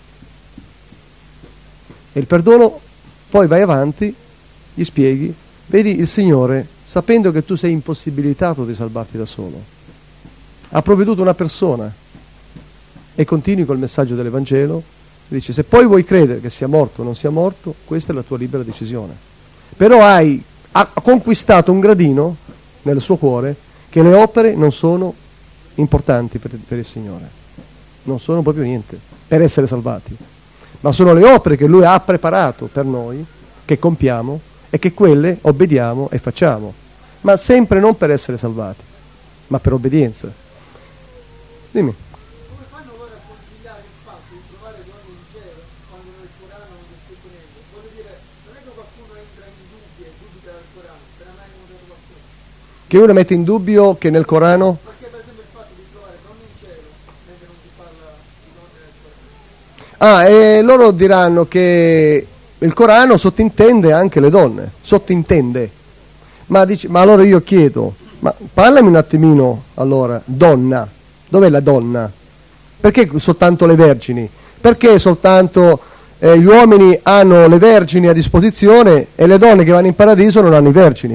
E il perdono, poi vai avanti, gli spieghi, vedi il Signore, sapendo che tu sei impossibilitato di salvarti da solo, ha provveduto una persona. E continui col messaggio dell'Evangelo, dice, se poi vuoi credere che sia morto o non sia morto, questa è la tua libera decisione. Però ha conquistato un gradino nel suo cuore che le opere non sono importanti per il Signore, non sono proprio niente per essere salvati, ma sono le opere che Lui ha preparato per noi, che compiamo, e che quelle obbediamo e facciamo, ma sempre non per essere salvati, ma per obbedienza. Dimmi. Come fanno loro a consigliare il fatto di trovare donne in cielo quando nel Corano non è scritto niente? Voglio dire, non è che qualcuno entra in dubbio e dubita del Corano, per mai non trovato qualcuno. Che uno mette in dubbio che nel Corano... Perché per esempio il fatto di trovare donne in cielo, mentre non si parla di donne nel Corano. Ah, e loro diranno che il Corano sottintende anche le donne, sottintende. Ma allora io chiedo, ma parlami un attimino, allora, donna, dov'è la donna? Perché soltanto le vergini? Perché soltanto gli uomini hanno le vergini a disposizione e le donne che vanno in paradiso non hanno i vergini?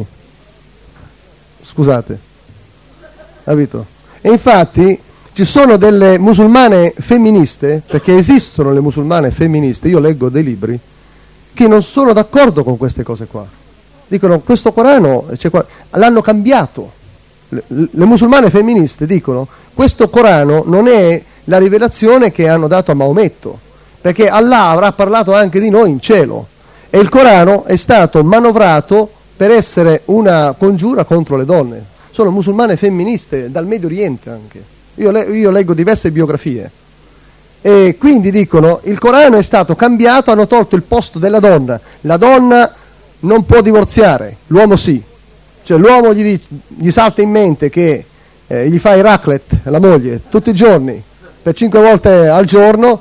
Scusate, capito? E infatti ci sono delle musulmane femministe, perché esistono le musulmane femministe, io leggo dei libri, che non sono d'accordo con queste cose qua. Dicono, questo Corano, l'hanno cambiato. Le musulmane femministe dicono, questo Corano non è la rivelazione che hanno dato a Maometto, perché Allah avrà parlato anche di noi in cielo. E il Corano è stato manovrato per essere una congiura contro le donne. Sono musulmane femministe, dal Medio Oriente anche. Io leggo diverse biografie. E quindi dicono, il Corano è stato cambiato, hanno tolto il posto della donna. La donna non può divorziare, l'uomo sì. Cioè l'uomo gli salta in mente che gli fa i raclette, la moglie, tutti i giorni, per 5 volte al giorno,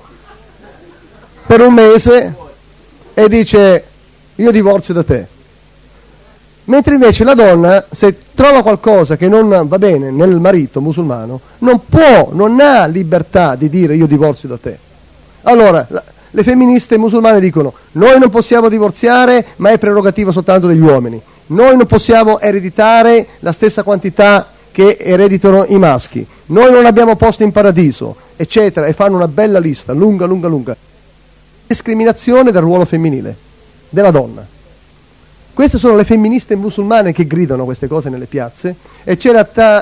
per un mese, e dice, io divorzio da te. Mentre invece la donna, se trova qualcosa che non va bene nel marito musulmano, non ha libertà di dire io divorzio da te. Allora, le femministe musulmane dicono, noi non possiamo divorziare, ma è prerogativa soltanto degli uomini. Noi non possiamo ereditare la stessa quantità che ereditano i maschi. Noi non abbiamo posto in paradiso, eccetera, e fanno una bella lista, lunga, lunga, lunga. Discriminazione del ruolo femminile, della donna. Queste sono le femministe musulmane che gridano queste cose nelle piazze, e c'era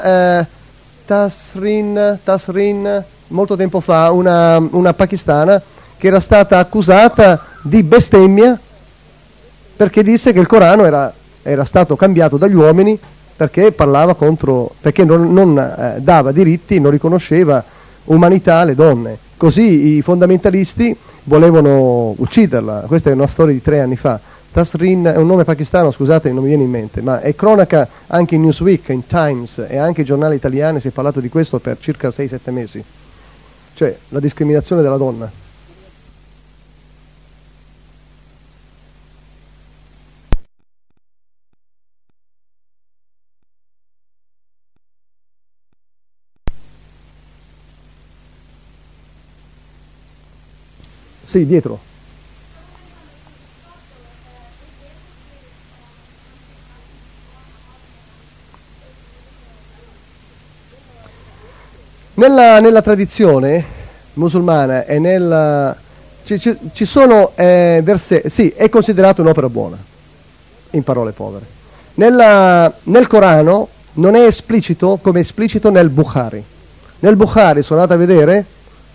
Tasrin molto tempo fa, una pakistana che era stata accusata di bestemmia perché disse che il Corano era stato cambiato dagli uomini perché parlava perché non dava diritti, non riconosceva umanità alle donne. Così i fondamentalisti volevano ucciderla. Questa è una storia di 3 anni fa. Tasrin è un nome pakistano, scusate, non mi viene in mente, ma è cronaca anche in Newsweek, in Times e anche i giornali italiani, si è parlato di questo per circa 6-7 mesi. Cioè, la discriminazione della donna. Sì, dietro. Nella tradizione musulmana e ci sono versetti, sì, è considerato un'opera buona, in parole povere. Nel Corano non è esplicito come è esplicito nel Bukhari. Nel Bukhari, sono andato a vedere,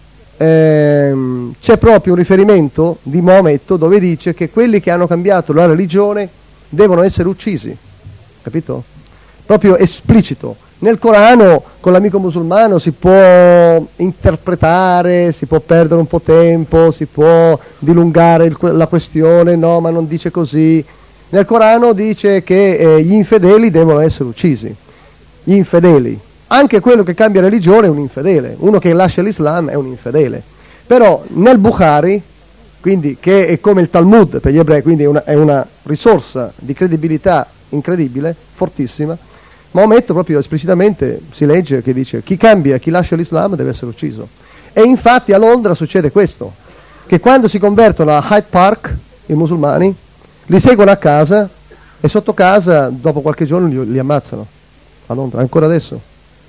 c'è proprio un riferimento di Maometto dove dice che quelli che hanno cambiato la religione devono essere uccisi, capito? Proprio esplicito. Nel Corano con l'amico musulmano si può interpretare, si può perdere un po' tempo, si può dilungare la questione, no, ma non dice così. Nel Corano dice che gli infedeli devono essere uccisi. Gli infedeli. Anche quello che cambia religione è un infedele. Uno che lascia l'Islam è un infedele. Però nel Bukhari, quindi, che è come il Talmud per gli ebrei, quindi è una risorsa di credibilità incredibile, fortissima, Maometto proprio esplicitamente si legge che dice chi cambia, chi lascia l'Islam deve essere ucciso. E infatti a Londra succede questo, che quando si convertono a Hyde Park i musulmani, li seguono a casa e sotto casa dopo qualche giorno li ammazzano. A Londra, ancora adesso.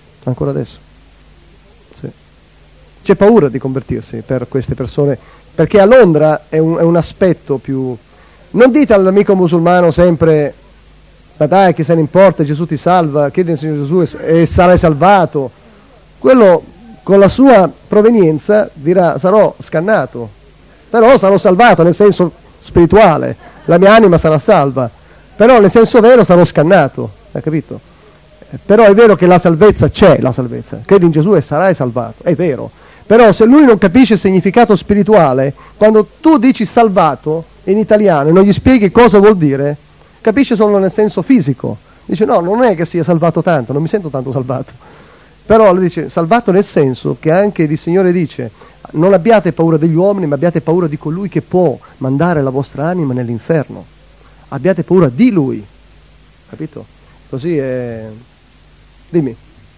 Sì. C'è paura di convertirsi per queste persone, perché a Londra è un aspetto più... Non dite all'amico musulmano sempre... ma dai, che se ne importa, Gesù ti salva, chiedi al Signore Gesù e sarai salvato. Quello con la sua provenienza dirà sarò scannato, però sarò salvato nel senso spirituale, la mia anima sarà salva. Però nel senso vero sarò scannato, hai capito? Però è vero che la salvezza c'è, la salvezza. Credi in Gesù e sarai salvato, è vero. Però se lui non capisce il significato spirituale, quando tu dici salvato in italiano e non gli spieghi cosa vuol dire, capisce solo nel senso fisico. Dice no, non è che sia salvato tanto, non mi sento tanto salvato. Però lui dice salvato nel senso che anche il Signore dice non abbiate paura degli uomini, ma abbiate paura di colui che può mandare la vostra anima nell'inferno. Abbiate paura di lui, capito? Così è... Dimmi.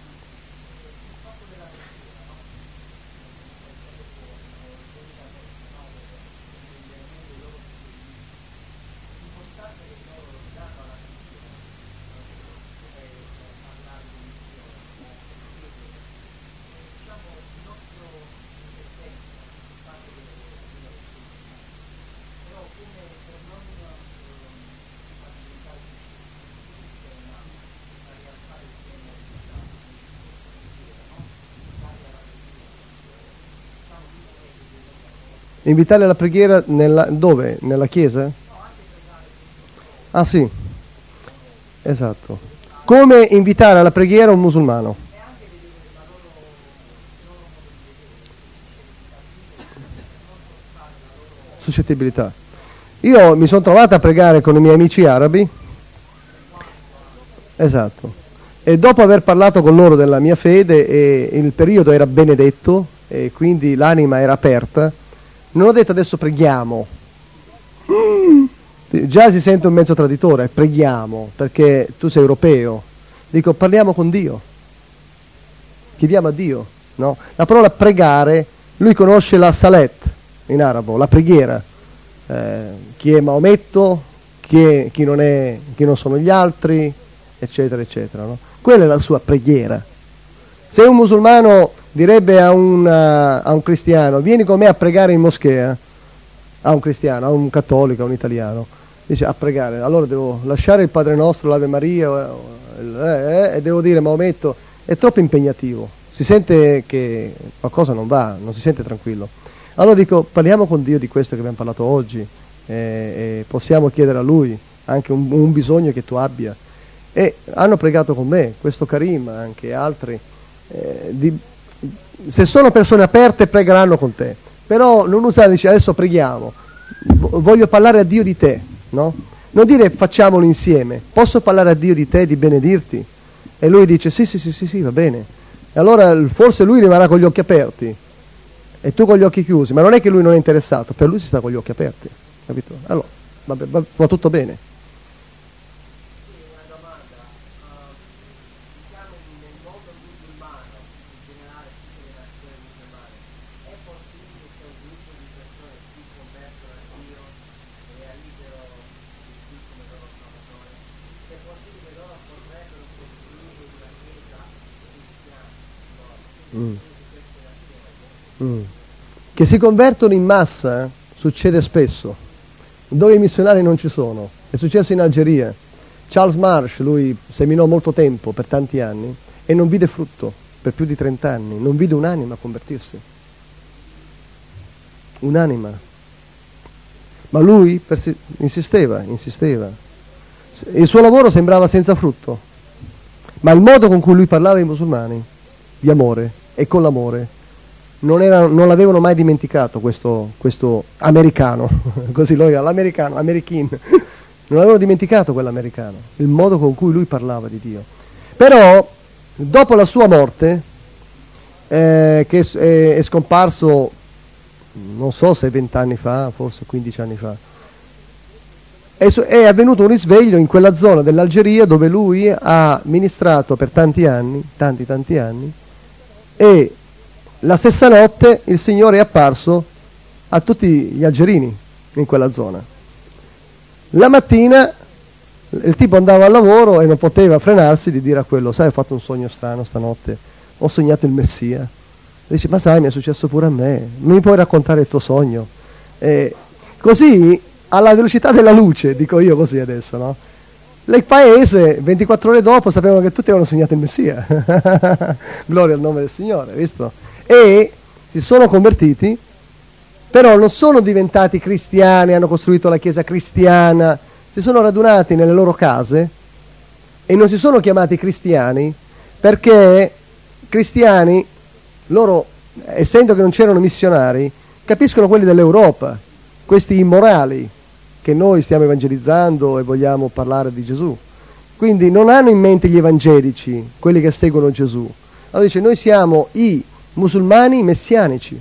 Invitare alla preghiera dove? Nella chiesa? Ah sì, esatto. Come invitare alla preghiera un musulmano? Suscettibilità. Io mi sono trovato a pregare con i miei amici arabi, esatto, e dopo aver parlato con loro della mia fede, e il periodo era benedetto, e quindi l'anima era aperta, non ho detto adesso preghiamo, già si sente un mezzo traditore, preghiamo, perché tu sei europeo, dico parliamo con Dio, chiediamo a Dio, no? La parola pregare, lui conosce la salet in arabo, la preghiera, chi è Maometto, chi non sono gli altri, eccetera, eccetera, no? Quella è la sua preghiera. Se un musulmano direbbe a un cristiano, vieni con me a pregare in moschea, a un cristiano, a un cattolico, a un italiano, dice a pregare, allora devo lasciare il Padre Nostro, l'Ave Maria, e devo dire Maometto, è troppo impegnativo, si sente che qualcosa non va, non si sente tranquillo. Allora dico, parliamo con Dio di questo che abbiamo parlato oggi, e possiamo chiedere a Lui anche un bisogno che tu abbia. E hanno pregato con me, questo Karim, anche altri, se sono persone aperte pregheranno con te, però non usare, dice adesso preghiamo, voglio parlare a Dio di te, no? Non dire facciamolo insieme, posso parlare a Dio di te, di benedirti? E lui dice sì, va bene. E allora forse lui rimarrà con gli occhi aperti e tu con gli occhi chiusi, ma non è che lui non è interessato, per lui si sta con gli occhi aperti, capito? Allora va tutto bene. Che si convertono in massa, succede spesso, dove i missionari non ci sono. È successo in Algeria. Charles Marsh, lui seminò molto tempo, per tanti anni, e non vide frutto, per più di 30 anni, non vide un'anima convertirsi. Un'anima. Ma lui insisteva. Il suo lavoro sembrava senza frutto, ma il modo con cui lui parlava ai musulmani, di amore, e con l'amore, non l'avevano mai dimenticato questo americano, così l'americano, American, non avevano dimenticato quell'americano, il modo con cui lui parlava di Dio. Però, dopo la sua morte, che è scomparso, non so se 20 anni fa, forse 15 anni fa, è avvenuto un risveglio in quella zona dell'Algeria dove lui ha ministrato per tanti anni, tanti anni, e la stessa notte il Signore è apparso a tutti gli algerini in quella zona. La mattina il tipo andava al lavoro e non poteva frenarsi di dire a quello, sai, ho fatto un sogno strano stanotte, ho sognato il Messia. Dice, ma sai, mi è successo pure a me, mi puoi raccontare il tuo sogno? Così, alla velocità della luce, dico io così adesso, no? Il paese, 24 ore dopo, sapevano che tutti avevano sognato il Messia. Gloria al nome del Signore, visto? E si sono convertiti, però non sono diventati cristiani, hanno costruito la chiesa cristiana, si sono radunati nelle loro case e non si sono chiamati cristiani perché cristiani, loro, essendo che non c'erano missionari, capiscono quelli dell'Europa, questi immorali che noi stiamo evangelizzando e vogliamo parlare di Gesù. Quindi non hanno in mente gli evangelici, quelli che seguono Gesù. Allora dice, noi siamo i musulmani messianici.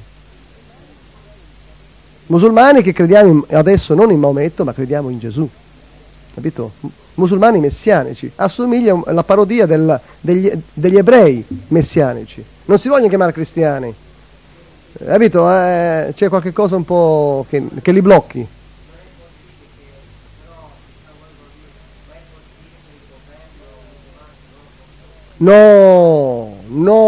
Musulmani che crediamo adesso non in Maometto, ma crediamo in Gesù. Capito? Musulmani messianici. Assomiglia alla parodia degli ebrei messianici. Non si vogliono chiamare cristiani. Capito? C'è qualche cosa un po' che li blocchi. No.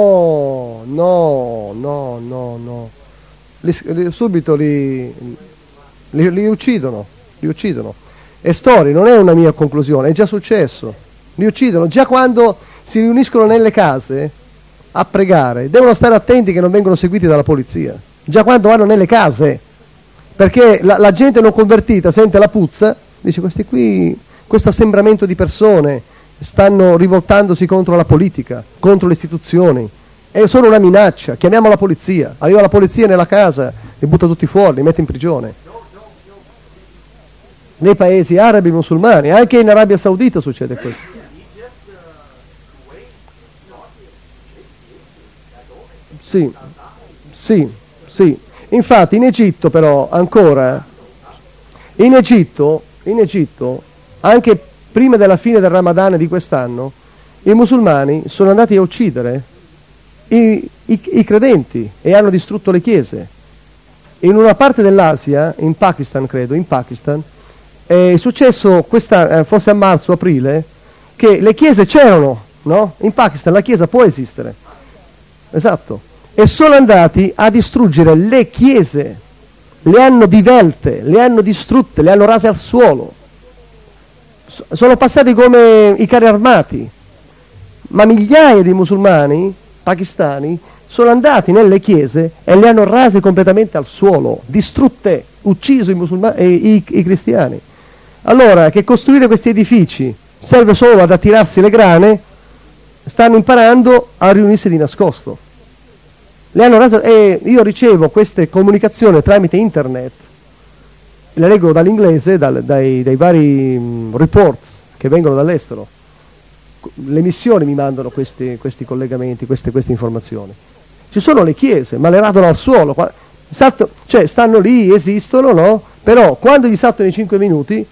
Subito li uccidono. È storia, non è una mia conclusione, è già successo. Li uccidono. Già quando si riuniscono nelle case a pregare, devono stare attenti che non vengono seguiti dalla polizia. Già quando vanno nelle case, perché la gente non convertita sente la puzza, dice questi qui, questo assembramento di persone stanno rivoltandosi contro la politica, contro le istituzioni, e sono una minaccia, chiamiamo la polizia. Arriva la polizia nella casa, li butta tutti fuori, li mette in prigione. Nei paesi arabi musulmani, anche in Arabia Saudita succede questo. Sì. Infatti in Egitto però ancora, in Egitto, anche prima della fine del Ramadan di quest'anno, i musulmani sono andati a uccidere i credenti e hanno distrutto le chiese. In una parte dell'Asia, in Pakistan credo, è successo forse a marzo-aprile, che le chiese c'erano, no? In Pakistan la chiesa può esistere, esatto, e sono andati a distruggere le chiese, le hanno divelte, le hanno distrutte, le hanno rase al suolo. Sono passati come i carri armati, ma migliaia di musulmani pakistani sono andati nelle chiese e le hanno rase completamente al suolo, distrutte, ucciso i cristiani. Allora, che costruire questi edifici serve solo ad attirarsi le grane, stanno imparando a riunirsi di nascosto. Le hanno rase, e io ricevo queste comunicazioni tramite internet, le leggo dall'inglese, dai vari report che vengono dall'estero. Le missioni mi mandano questi collegamenti, queste informazioni. Ci sono le chiese, ma le radono al suolo. Cioè, stanno lì, esistono, no? Però quando gli saltano i 5 minuti...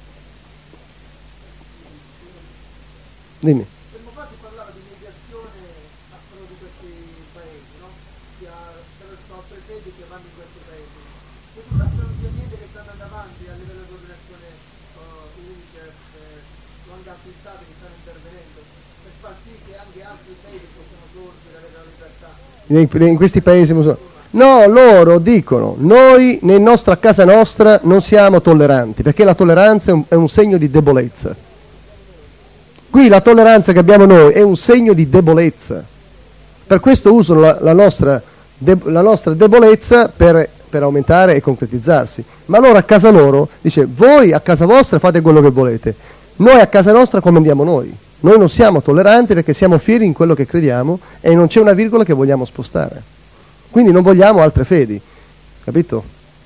Dimmi. Tempo fa si parlava di mediazione a quello di questi paesi, no? Attraverso altre fedi che vanno in questi paesi. Questo caso non c'è niente che sta andando avanti a livello di organizzazione UNICEF, o anche altri stati che stanno intervenendo, per far sì che anche altri fedi possano sorgere e avere la libertà. In questi paesi musulmani. No, loro dicono, noi a casa nostra non siamo tolleranti, perché la tolleranza è un segno di debolezza. Qui la tolleranza che abbiamo noi è un segno di debolezza. Per questo usano la nostra debolezza per aumentare e concretizzarsi. Ma loro a casa loro, dice, voi a casa vostra fate quello che volete, noi a casa nostra comandiamo noi. Noi non siamo tolleranti perché siamo fieri in quello che crediamo e non c'è una virgola che vogliamo spostare. Quindi non vogliamo altre fedi, capito?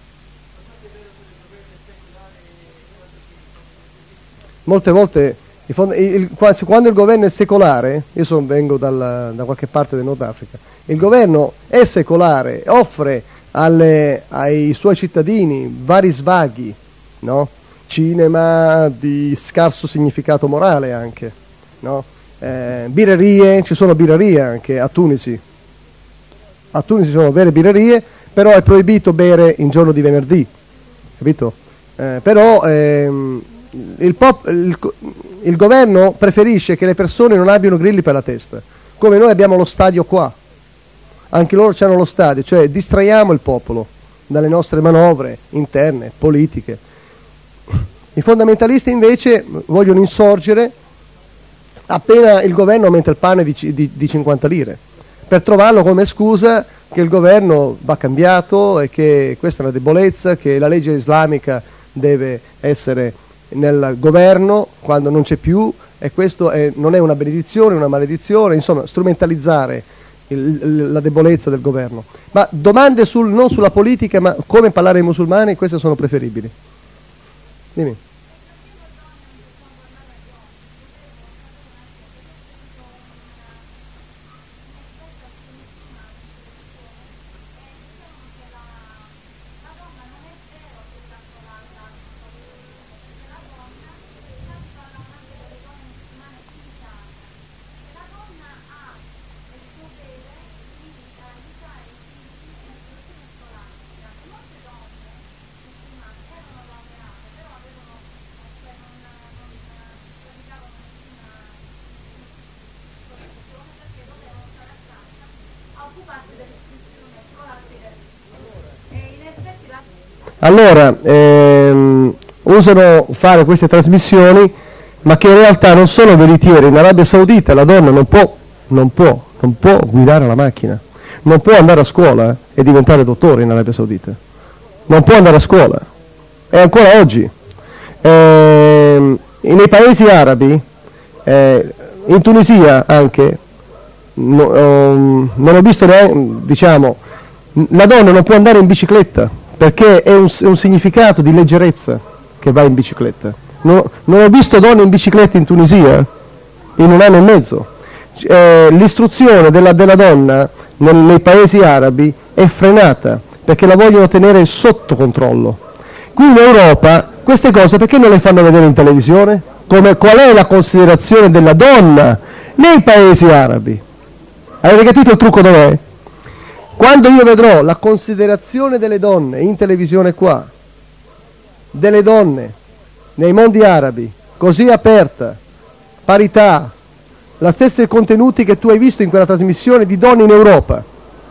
Molte volte, quando il governo è secolare, io vengo da qualche parte del Nord Africa, il governo è secolare, offre ai suoi cittadini vari svaghi, no? Cinema di scarso significato morale anche, no? Birrerie, ci sono birrerie anche a Tunisi. A Tunisi ci sono vere birrerie, però è proibito bere in giorno di venerdì, capito? Però il governo preferisce che le persone non abbiano grilli per la testa, come noi abbiamo lo stadio qua, anche loro hanno lo stadio, cioè distraiamo il popolo dalle nostre manovre interne, politiche. I fondamentalisti invece vogliono insorgere appena il governo aumenta il pane di 50 lire, per trovarlo come scusa che il governo va cambiato e che questa è una debolezza, che la legge islamica deve essere nel governo quando non c'è più, e questo non è una benedizione, una maledizione, insomma strumentalizzare la debolezza del governo. Ma domande non sulla politica, ma come parlare ai musulmani, queste sono preferibili. Dimmi. Allora, usano fare queste trasmissioni, ma che in realtà non sono veritiere. In Arabia Saudita la donna non può guidare la macchina, non può andare a scuola e diventare dottore in Arabia Saudita, non può andare a scuola, e ancora oggi. Nei paesi arabi, in Tunisia anche, non ho visto neanche, diciamo, la donna non può andare in bicicletta, perché è un significato di leggerezza che va in bicicletta. Non ho visto donne in bicicletta in Tunisia in 1 anno e mezzo. L'istruzione della donna nei paesi arabi è frenata, perché la vogliono tenere sotto controllo. Qui in Europa queste cose perché non le fanno vedere in televisione? Qual è la considerazione della donna nei paesi arabi? Avete capito il trucco dov'è? Quando io vedrò la considerazione delle donne in televisione qua, delle donne nei mondi arabi, così aperta, parità, la stessa contenuti che tu hai visto in quella trasmissione di donne in Europa,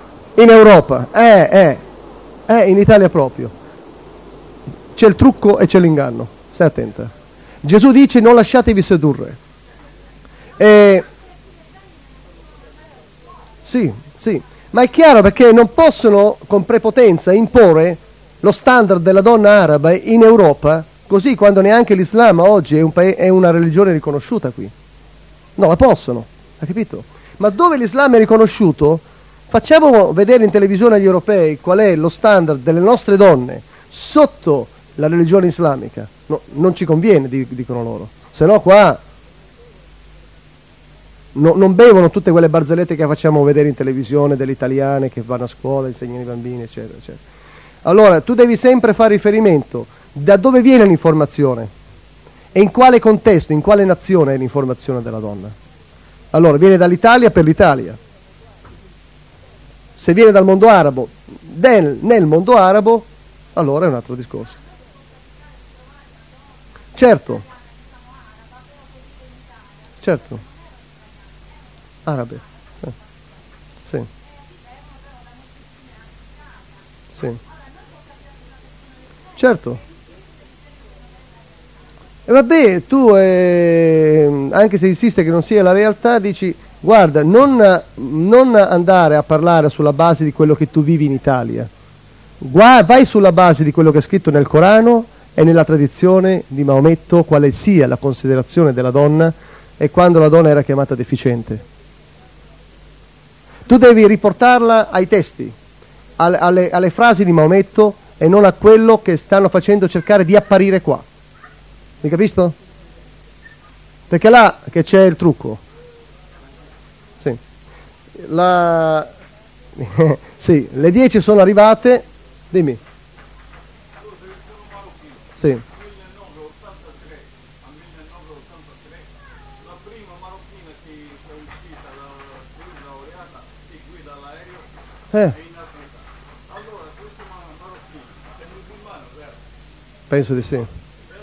in Italia proprio, c'è il trucco e c'è l'inganno, stai attenta. Gesù dice non lasciatevi sedurre. Sì. Ma è chiaro, perché non possono con prepotenza imporre lo standard della donna araba in Europa, così, quando neanche l'Islam oggi è una religione riconosciuta qui. No, la possono, hai capito? Ma dove l'Islam è riconosciuto, facciamo vedere in televisione agli europei qual è lo standard delle nostre donne sotto la religione islamica. No, non ci conviene, dicono loro, se no qua non bevono tutte quelle barzellette che facciamo vedere in televisione delle italiane che vanno a scuola, insegnano ai bambini, eccetera, eccetera. Allora, tu devi sempre fare riferimento da dove viene l'informazione e in quale contesto, in quale nazione è l'informazione della donna. Allora, viene dall'Italia per l'Italia. Se viene dal mondo arabo, nel mondo arabo, allora è un altro discorso. Certo. Arabe, sì. Certo. E vabbè, tu anche se insiste che non sia la realtà, dici guarda, non andare a parlare sulla base di quello che tu vivi in Italia, vai sulla base di quello che è scritto nel Corano e nella tradizione di Maometto, quale sia la considerazione della donna e quando la donna era chiamata deficiente. Tu devi riportarla ai testi, alle frasi di Maometto e non a quello che stanno facendo cercare di apparire qua. Mi capisco? Perché è là che c'è il trucco. Sì. Sì, le 10 sono arrivate. Dimmi. Sì. 1983 a 1983 la prima marocchina che è uscita laureata che guida l'aereo è in Africa. Allora questa marocchina è musulmana, vero? Penso di sì.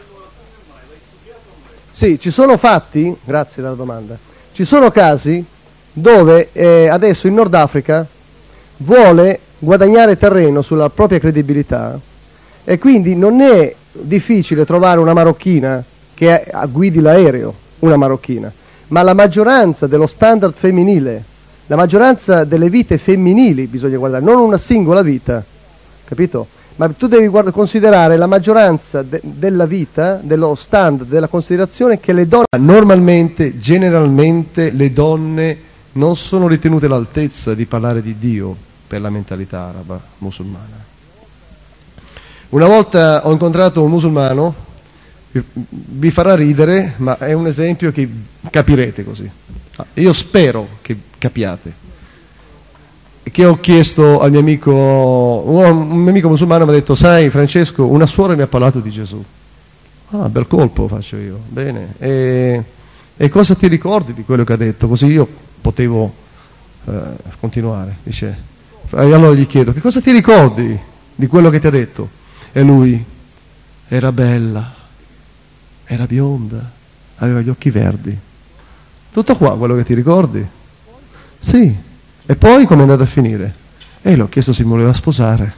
Sì, ci sono fatti, grazie della domanda, ci sono casi dove adesso il Nord Africa vuole guadagnare terreno sulla propria credibilità e quindi non è difficile trovare una marocchina che guidi l'aereo, una marocchina, ma la maggioranza dello standard femminile, la maggioranza delle vite femminili bisogna guardare, non una singola vita, capito? Ma tu devi considerare la maggioranza della vita, dello standard, della considerazione che le donne... Normalmente, generalmente, le donne non sono ritenute all'altezza di parlare di Dio per la mentalità araba, musulmana. Una volta ho incontrato un musulmano, vi farà ridere, ma è un esempio che capirete così. Io spero che capiate. Che ho chiesto al mio amico, un mio amico musulmano mi ha detto: sai Francesco, una suora mi ha parlato di Gesù. Ah, bel colpo, faccio io, bene. E cosa ti ricordi di quello che ha detto? Così io potevo continuare. Dice, allora gli chiedo: che cosa ti ricordi di quello che ti ha detto? E lui: era bella, era bionda, aveva gli occhi verdi. Tutto qua quello che ti ricordi? Sì. E poi come è andata a finire? E l'ho chiesto se mi voleva sposare.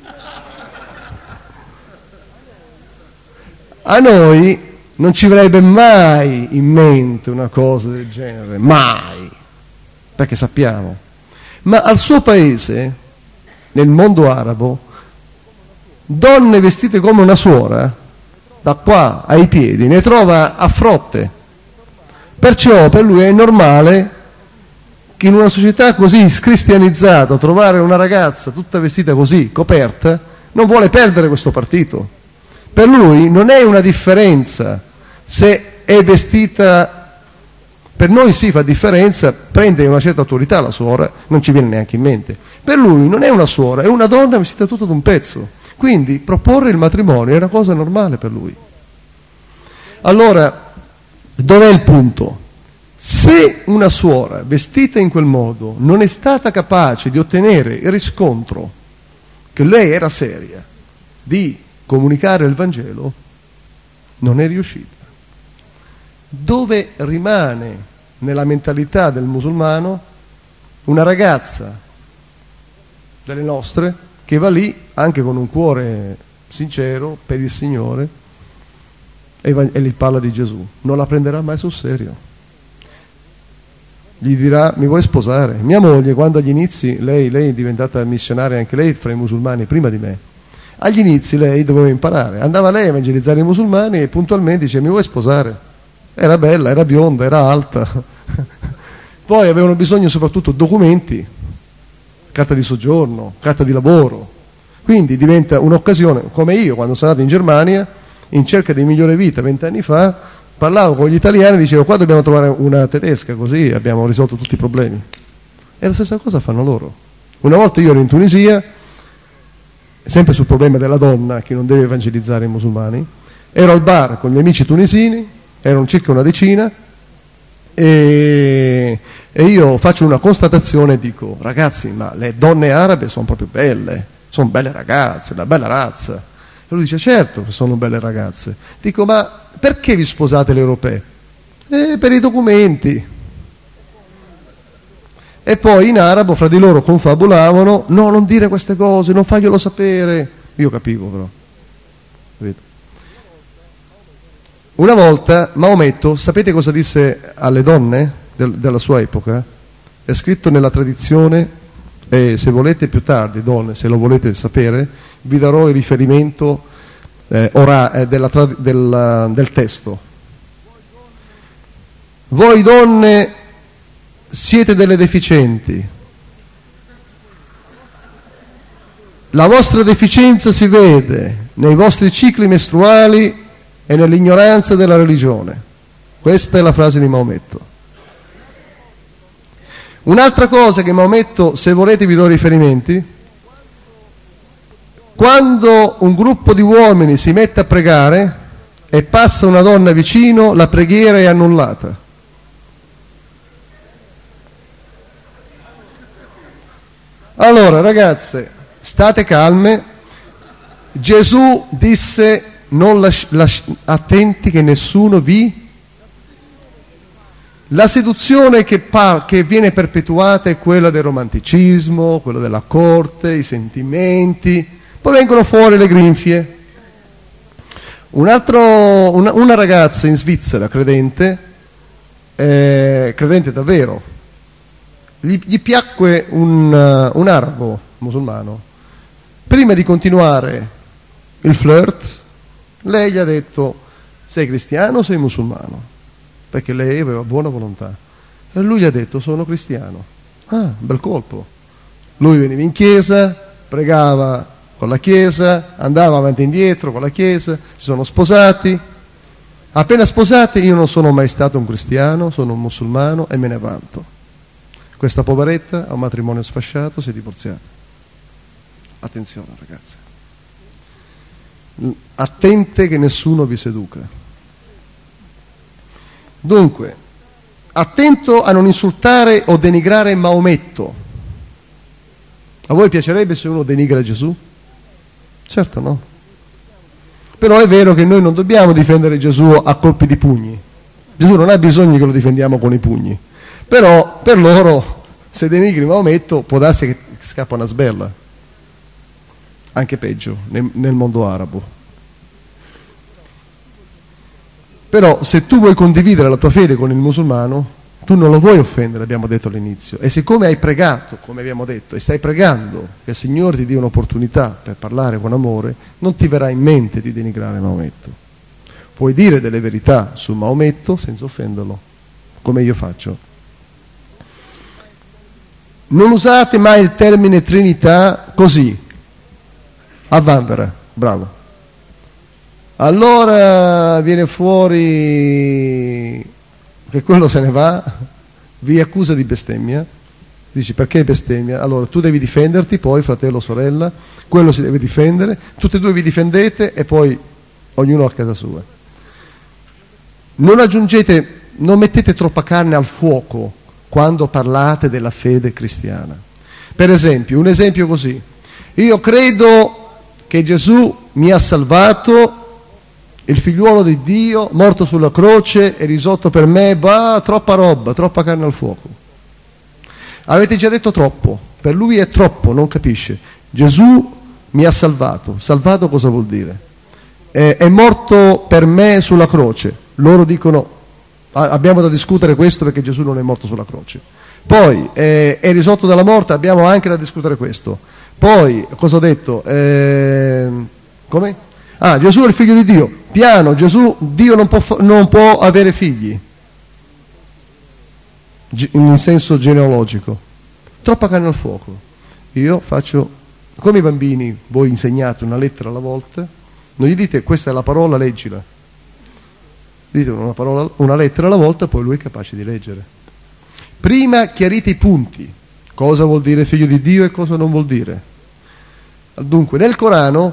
A noi non ci verrebbe mai in mente una cosa del genere, mai, perché sappiamo. Ma al suo paese, nel mondo arabo, donne vestite come una suora, da qua ai piedi, ne trova a frotte. Perciò per lui è normale che in una società così scristianizzata trovare una ragazza tutta vestita così, coperta, non vuole perdere questo partito. Per lui non è una differenza se è vestita, per noi sì fa differenza, prende una certa autorità la suora, non ci viene neanche in mente. Per lui non è una suora, è una donna vestita tutta d'un pezzo. Quindi proporre il matrimonio è una cosa normale per lui. Allora, dov'è il punto? Se una suora vestita in quel modo non è stata capace di ottenere il riscontro che lei era seria di comunicare il Vangelo, non è riuscita. Dove rimane nella mentalità del musulmano una ragazza delle nostre che va lì anche con un cuore sincero per il Signore e gli parla di Gesù, non la prenderà mai sul serio. Gli dirà: mi vuoi sposare? Mia moglie, quando agli inizi, lei è diventata missionaria anche lei fra i musulmani prima di me, agli inizi lei doveva imparare, andava lei a evangelizzare i musulmani e puntualmente dice: mi vuoi sposare? Era bella, era bionda, era alta. Poi avevano bisogno soprattutto documenti, carta di soggiorno, carta di lavoro, quindi diventa un'occasione. Come io quando sono andato in Germania in cerca di migliore vita 20 anni fa, parlavo con gli italiani e dicevo: qua dobbiamo trovare una tedesca, così abbiamo risolto tutti i problemi. E la stessa cosa fanno loro. Una volta io ero in Tunisia, sempre sul problema della donna che non deve evangelizzare i musulmani, ero al bar con gli amici tunisini, erano circa una decina, e io faccio una constatazione e dico: ragazzi, ma le donne arabe sono proprio belle, sono belle ragazze, una bella razza. E lui dice: certo che sono belle ragazze. Dico: ma perché vi sposate le europee? Per i documenti. E poi in arabo fra di loro confabulavano: no, non dire queste cose, non farglielo sapere. Io capivo però. Capito? Una volta Maometto, sapete cosa disse alle donne della sua epoca? È scritto nella tradizione, e se volete più tardi, donne, se lo volete sapere, vi darò il riferimento del testo. Voi donne siete delle deficienti. La vostra deficienza si vede nei vostri cicli mestruali e nell'ignoranza della religione. Questa è la frase di Maometto. Un'altra cosa che Maometto, se volete vi do riferimenti: quando un gruppo di uomini si mette a pregare e passa una donna vicino, la preghiera è annullata. Allora ragazze, state calme. Gesù disse: non attenti che nessuno vi... La seduzione che viene perpetuata è quella del romanticismo, quella della corte, i sentimenti, poi vengono fuori le grinfie. Una ragazza in Svizzera, credente davvero, gli piacque un arabo musulmano Prima di continuare il flirt, lei gli ha detto: sei cristiano o sei musulmano? Perché lei aveva buona volontà. E lui gli ha detto: sono cristiano. Ah, bel colpo. Lui veniva in chiesa, pregava con la chiesa, andava avanti e indietro con la chiesa, si sono sposati. Appena sposati, io non sono mai stato un cristiano, sono un musulmano e me ne vanto. Questa poveretta ha un matrimonio sfasciato, si è divorziata. Attenzione ragazzi, attente che nessuno vi seduca. Dunque, attento a non insultare o denigrare Maometto. A voi piacerebbe se uno denigra Gesù? Certo no. Però è vero che noi non dobbiamo difendere Gesù a colpi di pugni. Gesù non ha bisogno che lo difendiamo con i pugni. Però per loro, se denigri Maometto, può darsi che scappa una sbella. Anche peggio nel mondo arabo. Però se tu vuoi condividere la tua fede con il musulmano, tu non lo vuoi offendere, abbiamo detto all'inizio, e siccome hai pregato, come abbiamo detto, e stai pregando che il Signore ti dia un'opportunità per parlare con amore, non ti verrà in mente di denigrare Maometto. Puoi dire delle verità su Maometto senza offenderlo, come io faccio. Non usate mai il termine Trinità così, a vanvera, bravo. Allora viene fuori che quello se ne va, vi accusa di bestemmia, dici perché bestemmia? Allora tu devi difenderti, poi fratello o sorella, quello si deve difendere, tutti e due vi difendete e poi ognuno a casa sua. Non mettete troppa carne al fuoco quando parlate della fede cristiana. Per esempio, un esempio così: io credo che Gesù mi ha salvato, il figliuolo di Dio, morto sulla croce e risorto per me, va, troppa roba, troppa carne al fuoco. Avete già detto troppo, per lui è troppo, non capisce. Gesù mi ha salvato. Salvato cosa vuol dire? È morto per me sulla croce. Loro dicono, abbiamo da discutere questo perché Gesù non è morto sulla croce. Poi è risorto dalla morte, abbiamo anche da discutere questo. Poi, cosa ho detto? Come? Ah, Gesù è il figlio di Dio. Piano, Dio non può avere figli. In senso genealogico. Troppa carne al fuoco. Io faccio, come i bambini, voi insegnate una lettera alla volta, non gli dite questa è la parola, leggila. Dite una lettera alla volta, poi lui è capace di leggere. Prima chiarite i punti. Cosa vuol dire figlio di Dio e cosa non vuol dire? Dunque, nel Corano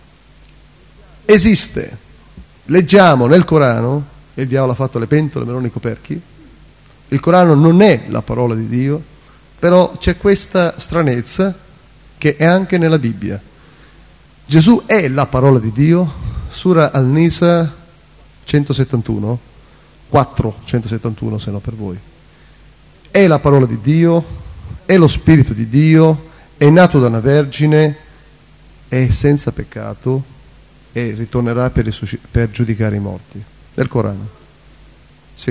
esiste, leggiamo nel Corano, e il diavolo ha fatto le pentole, meloni coperchi, il Corano non è la parola di Dio, però c'è questa stranezza che è anche nella Bibbia. Gesù è la parola di Dio, Sura Al-Nisa 171, 471 se no per voi. È la parola di Dio, è lo Spirito di Dio, è nato da una vergine, è senza peccato e ritornerà per giudicare i morti. Del Corano. Sì.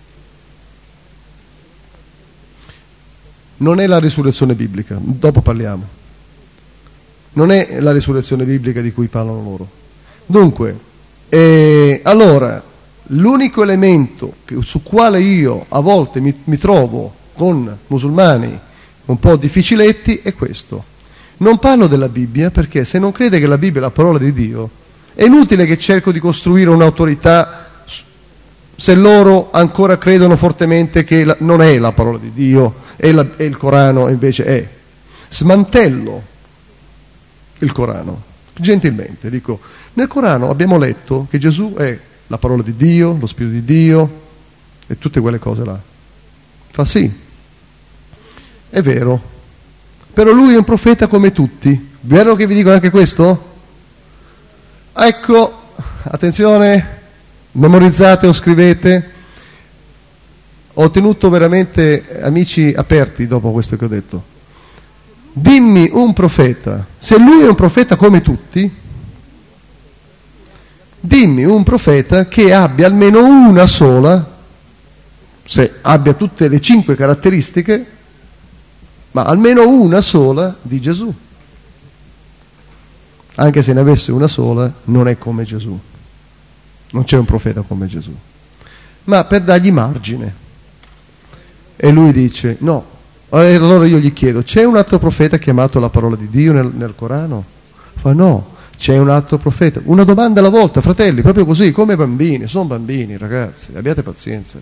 Non è la risurrezione biblica, dopo parliamo. Non è la risurrezione biblica di cui parlano loro. Dunque, allora, l'unico elemento su quale io a volte mi trovo con musulmani un po' difficiletti è questo. Non parlo della Bibbia perché se non crede che la Bibbia è la parola di Dio, è inutile che cerco di costruire un'autorità se loro ancora credono fortemente che non è la parola di Dio e il Corano invece è. Smantello il Corano, gentilmente, dico, nel Corano abbiamo letto che Gesù è la parola di Dio, lo Spirito di Dio e tutte quelle cose là. Fa sì, è vero, però lui è un profeta come tutti. Vero che vi dicono anche questo? Ecco, attenzione, memorizzate o scrivete. Ho tenuto veramente amici aperti dopo questo che ho detto. Dimmi un profeta, se lui è un profeta come tutti, dimmi un profeta che abbia almeno una sola, se abbia tutte le 5 caratteristiche, ma almeno una sola di Gesù. anche se ne avesse una sola, non è come Gesù. Non c'è un profeta come Gesù. Ma per dargli margine. E lui dice, no. Allora io gli chiedo, c'è un altro profeta chiamato la parola di Dio nel Corano? Fa no, c'è un altro profeta. Una domanda alla volta, fratelli, proprio così, come bambini. Sono bambini, ragazzi, abbiate pazienza.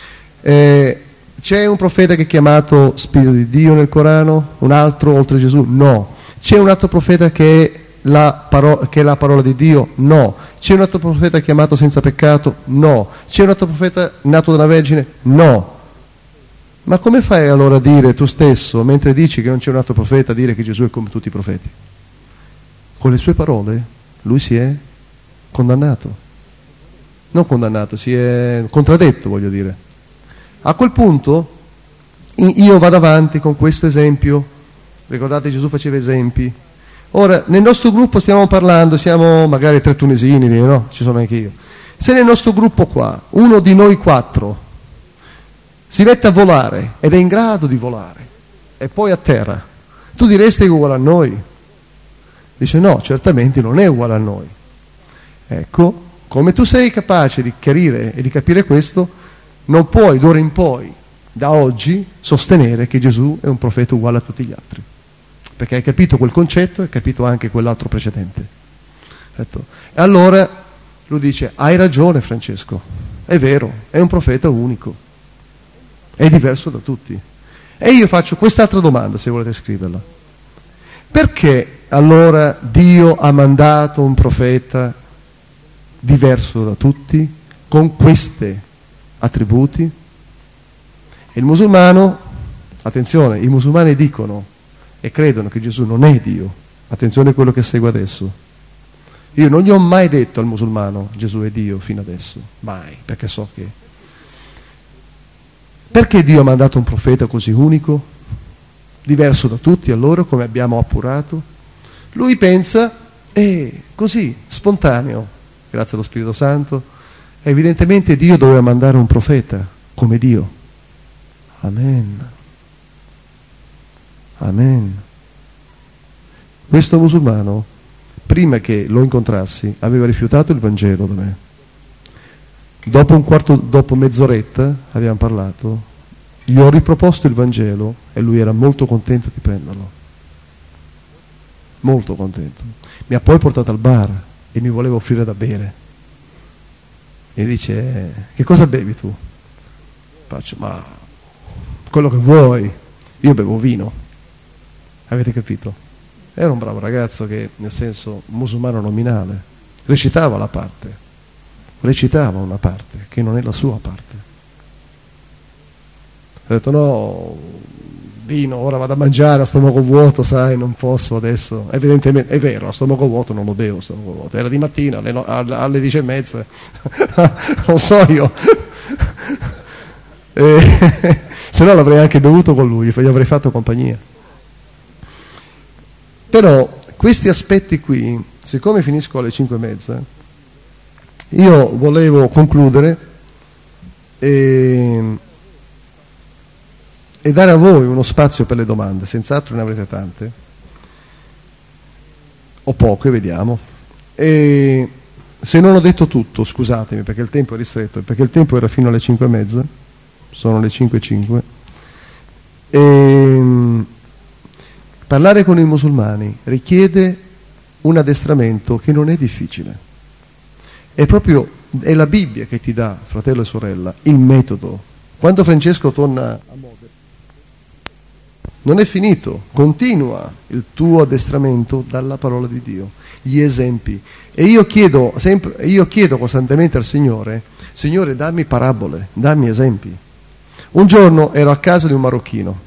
C'è un profeta che è chiamato Spirito di Dio nel Corano? Un altro oltre Gesù? No. C'è un altro profeta che è la parola di Dio? No. C'è un altro profeta chiamato senza peccato? No. C'è un altro profeta nato da una vergine? No. Ma come fai allora a dire tu stesso, mentre dici che non c'è un altro profeta, a dire che Gesù è come tutti i profeti? Con le sue parole lui si è condannato. Non condannato, si è contraddetto, voglio dire. A quel punto io vado avanti con questo esempio. Ricordate, Gesù faceva esempi. Ora, nel nostro gruppo stiamo parlando, siamo magari 3 tunisini, no? Ci sono anche io. Se nel nostro gruppo qua, uno di noi 4 si mette a volare ed è in grado di volare e poi a terra, tu diresti che è uguale a noi? Dice no, certamente non è uguale a noi. Ecco, come tu sei capace di chiarire e di capire questo, non puoi d'ora in poi, da oggi, sostenere che Gesù è un profeta uguale a tutti gli altri, perché hai capito quel concetto e hai capito anche quell'altro precedente. E allora lui dice, hai ragione Francesco, è vero, è un profeta unico, è diverso da tutti. E io faccio quest'altra domanda, se volete scriverla. Perché allora Dio ha mandato un profeta diverso da tutti, con questi attributi? Il musulmano, attenzione, i musulmani dicono e credono che Gesù non è Dio. Attenzione a quello che segue adesso. Io non gli ho mai detto al musulmano Gesù è Dio fino adesso, mai, perché so che... Perché Dio ha mandato un profeta così unico, diverso da tutti allora, come abbiamo appurato? Lui pensa, così, spontaneo, grazie allo Spirito Santo, evidentemente Dio doveva mandare un profeta come Dio. Amen. Amen. Questo musulmano, prima che lo incontrassi, aveva rifiutato il Vangelo da me. Dopo mezz'oretta abbiamo parlato, gli ho riproposto il Vangelo e lui era molto contento di prenderlo. Molto contento. Mi ha poi portato al bar e mi voleva offrire da bere. E dice, che cosa bevi tu? Faccio, ma quello che vuoi. Io bevo vino. Avete capito? Era un bravo ragazzo che, nel senso, musulmano nominale, recitava la parte. Recitava una parte che non è la sua parte. Ha detto no, vino, ora vado a mangiare a stomaco vuoto, sai, non posso adesso. Evidentemente, è vero, a stomaco vuoto non lo bevo, a stomaco vuoto. Era di mattina alle 10:30, non so io. Se no l'avrei anche bevuto con lui, gli avrei fatto compagnia. Però questi aspetti qui, siccome finisco alle 5:30, io volevo concludere e dare a voi uno spazio per le domande. Senz'altro ne avrete tante, o poche, vediamo. E se non ho detto tutto, scusatemi, perché il tempo è ristretto, perché il tempo era fino alle 5:30, sono le 5:05. Parlare con i musulmani richiede un addestramento che non è difficile. È la Bibbia che ti dà, fratello e sorella, il metodo. Quando Francesco torna a Modena, non è finito, continua il tuo addestramento dalla parola di Dio, gli esempi. E io chiedo costantemente al Signore, Signore, dammi parabole, dammi esempi. Un giorno ero a casa di un marocchino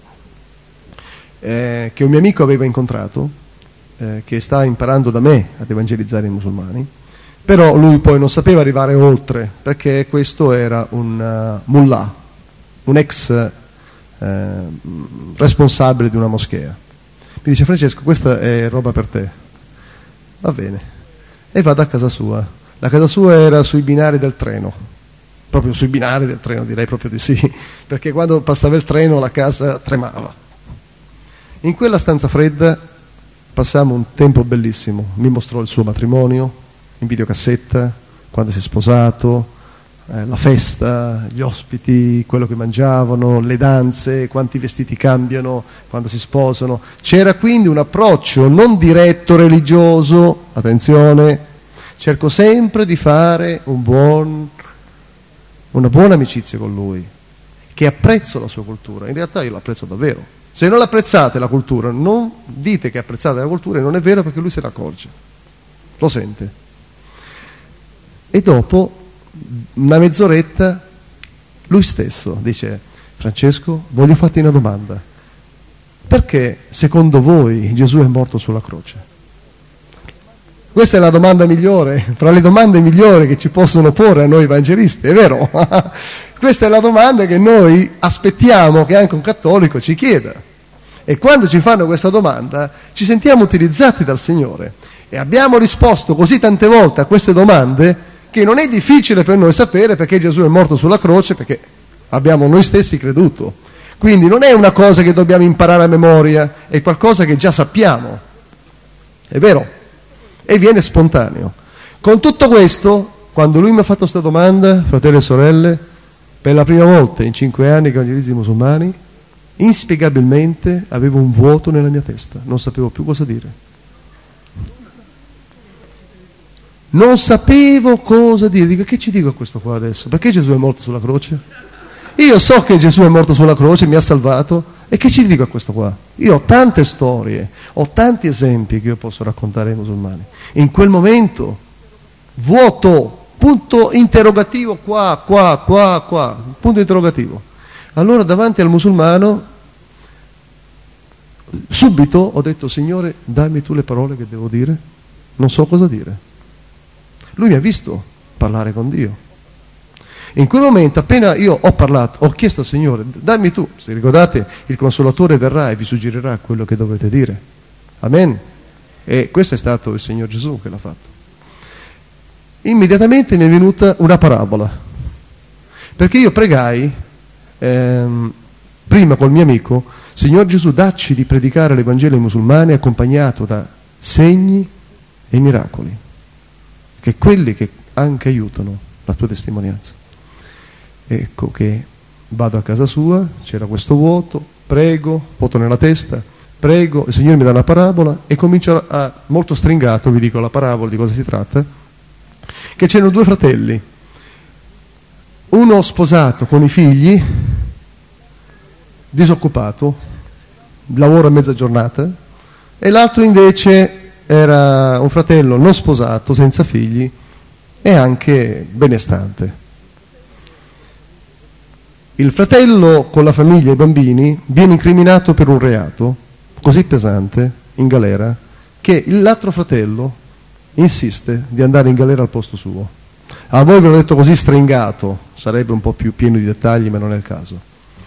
che un mio amico aveva incontrato, che sta imparando da me ad evangelizzare i musulmani. Però lui poi non sapeva arrivare oltre, perché questo era un mullah, un ex responsabile di una moschea. Mi dice, Francesco, questa è roba per te. Va bene. E vado a casa sua. La casa sua era sui binari del treno. Proprio sui binari del treno, direi proprio di sì. Perché quando passava il treno la casa tremava. In quella stanza fredda passammo un tempo bellissimo. Mi mostrò il suo matrimonio in videocassetta, quando si è sposato, la festa, gli ospiti, quello che mangiavano, le danze, quanti vestiti cambiano quando si sposano. C'era quindi un approccio non diretto religioso, attenzione, cerco sempre di fare una buona amicizia con lui, che apprezzo la sua cultura. In realtà io l'apprezzo davvero. Se non apprezzate la cultura, non dite che apprezzate la cultura, e non è vero, perché lui se ne accorge, lo sente. E dopo una mezz'oretta lui stesso dice: Francesco, voglio farti una domanda. Perché secondo voi Gesù è morto sulla croce? Questa è la domanda migliore, fra le domande migliori che ci possono porre a noi evangelisti, è vero? Questa è la domanda che noi aspettiamo che anche un cattolico ci chieda. E quando ci fanno questa domanda ci sentiamo utilizzati dal Signore. E abbiamo risposto così tante volte a queste domande che non è difficile per noi sapere perché Gesù è morto sulla croce, perché abbiamo noi stessi creduto. Quindi non è una cosa che dobbiamo imparare a memoria, è qualcosa che già sappiamo. È vero? E viene spontaneo. Con tutto questo, quando lui mi ha fatto questa domanda, fratelli e sorelle, per la prima volta in 5 anni che evangelizzo i musulmani, inspiegabilmente avevo un vuoto nella mia testa, non sapevo più cosa dire. Non sapevo cosa dire. Dico, che ci dico a questo qua adesso? Perché Gesù è morto sulla croce? Io so che Gesù è morto sulla croce, mi ha salvato, e che ci dico a questo qua? Io ho tante storie, ho tanti esempi che io posso raccontare ai musulmani. In quel momento, vuoto, punto interrogativo qua, punto interrogativo. Allora davanti al musulmano, subito ho detto: Signore, dammi tu le parole che devo dire, non so cosa dire. Lui mi ha visto parlare con Dio. In quel momento, appena io ho parlato, ho chiesto al Signore: dammi tu, se ricordate, il Consolatore verrà e vi suggerirà quello che dovrete dire. Amen. E questo è stato il Signor Gesù che l'ha fatto. Immediatamente mi è venuta una parabola, perché io pregai prima col mio amico: Signor Gesù, dacci di predicare l'Evangelo ai musulmani accompagnato da segni e miracoli, che quelli che anche aiutano la tua testimonianza. Ecco che vado a casa sua, c'era questo vuoto, prego, vuoto nella testa, prego, il Signore mi dà una parabola e comincio molto stringato, vi dico la parabola, di cosa si tratta, che c'erano 2 fratelli, uno sposato con i figli, disoccupato, lavora a mezza giornata, e l'altro invece era un fratello non sposato, senza figli e anche benestante. Il fratello con la famiglia e i bambini viene incriminato per un reato così pesante, in galera, che l'altro fratello insiste di andare in galera al posto suo. A voi ve l'ho detto così stringato, sarebbe un po' più pieno di dettagli, ma non è il caso.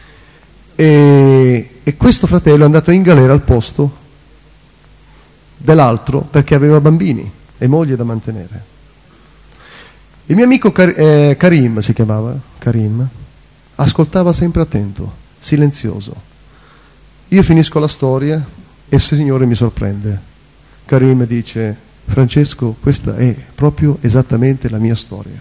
E questo fratello è andato in galera al posto dell'altro perché aveva bambini e moglie da mantenere. Il mio amico Karim, si chiamava Karim, ascoltava sempre attento, silenzioso. Io finisco la storia e il Signore mi sorprende. Karim dice: Francesco, questa è proprio esattamente la mia storia.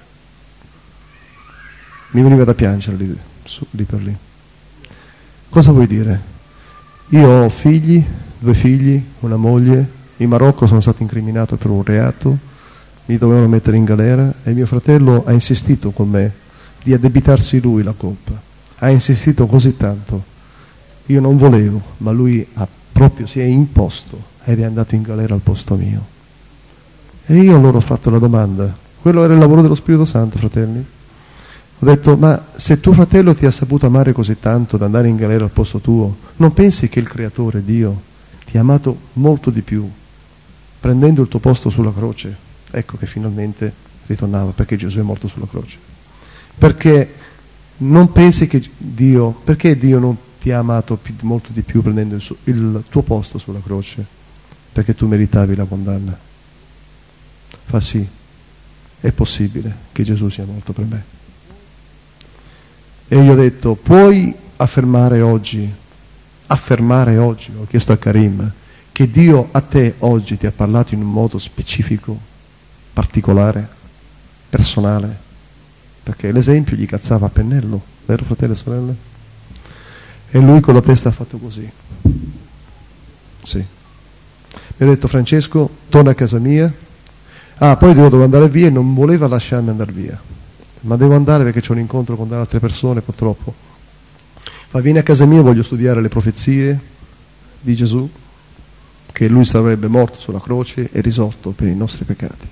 Mi veniva da piangere lì per lì. Cosa vuoi dire? Io ho figli, 2 figli, una moglie. In Marocco sono stato incriminato per un reato, mi dovevano mettere in galera e mio fratello ha insistito con me di addebitarsi lui la colpa. Ha insistito così tanto. Io non volevo, ma lui si è imposto ed è andato in galera al posto mio. E io loro ho fatto la domanda. Quello era il lavoro dello Spirito Santo, fratelli. Ho detto: ma se tuo fratello ti ha saputo amare così tanto da andare in galera al posto tuo, non pensi che il Creatore, Dio, ti ha amato molto di più prendendo il tuo posto sulla croce? Ecco che finalmente ritornava, perché Gesù è morto sulla croce. Perché non pensi che perché Dio non ti ha amato molto di più prendendo il tuo posto sulla croce? Perché tu meritavi la condanna. Fa sì, è possibile che Gesù sia morto per me. E io ho detto: puoi affermare oggi, ho chiesto a Karim, che Dio a te oggi ti ha parlato in un modo specifico, particolare, personale? Perché l'esempio gli cazzava a pennello, vero fratelli e sorelle? E lui con la testa ha fatto così. Sì. Mi ha detto: Francesco, torna a casa mia. Poi devo andare via, e non voleva lasciarmi andare via. Ma devo andare perché c'è un incontro con altre persone, purtroppo. Ma vieni a casa mia, voglio studiare le profezie di Gesù, che lui sarebbe morto sulla croce e risorto per i nostri peccati.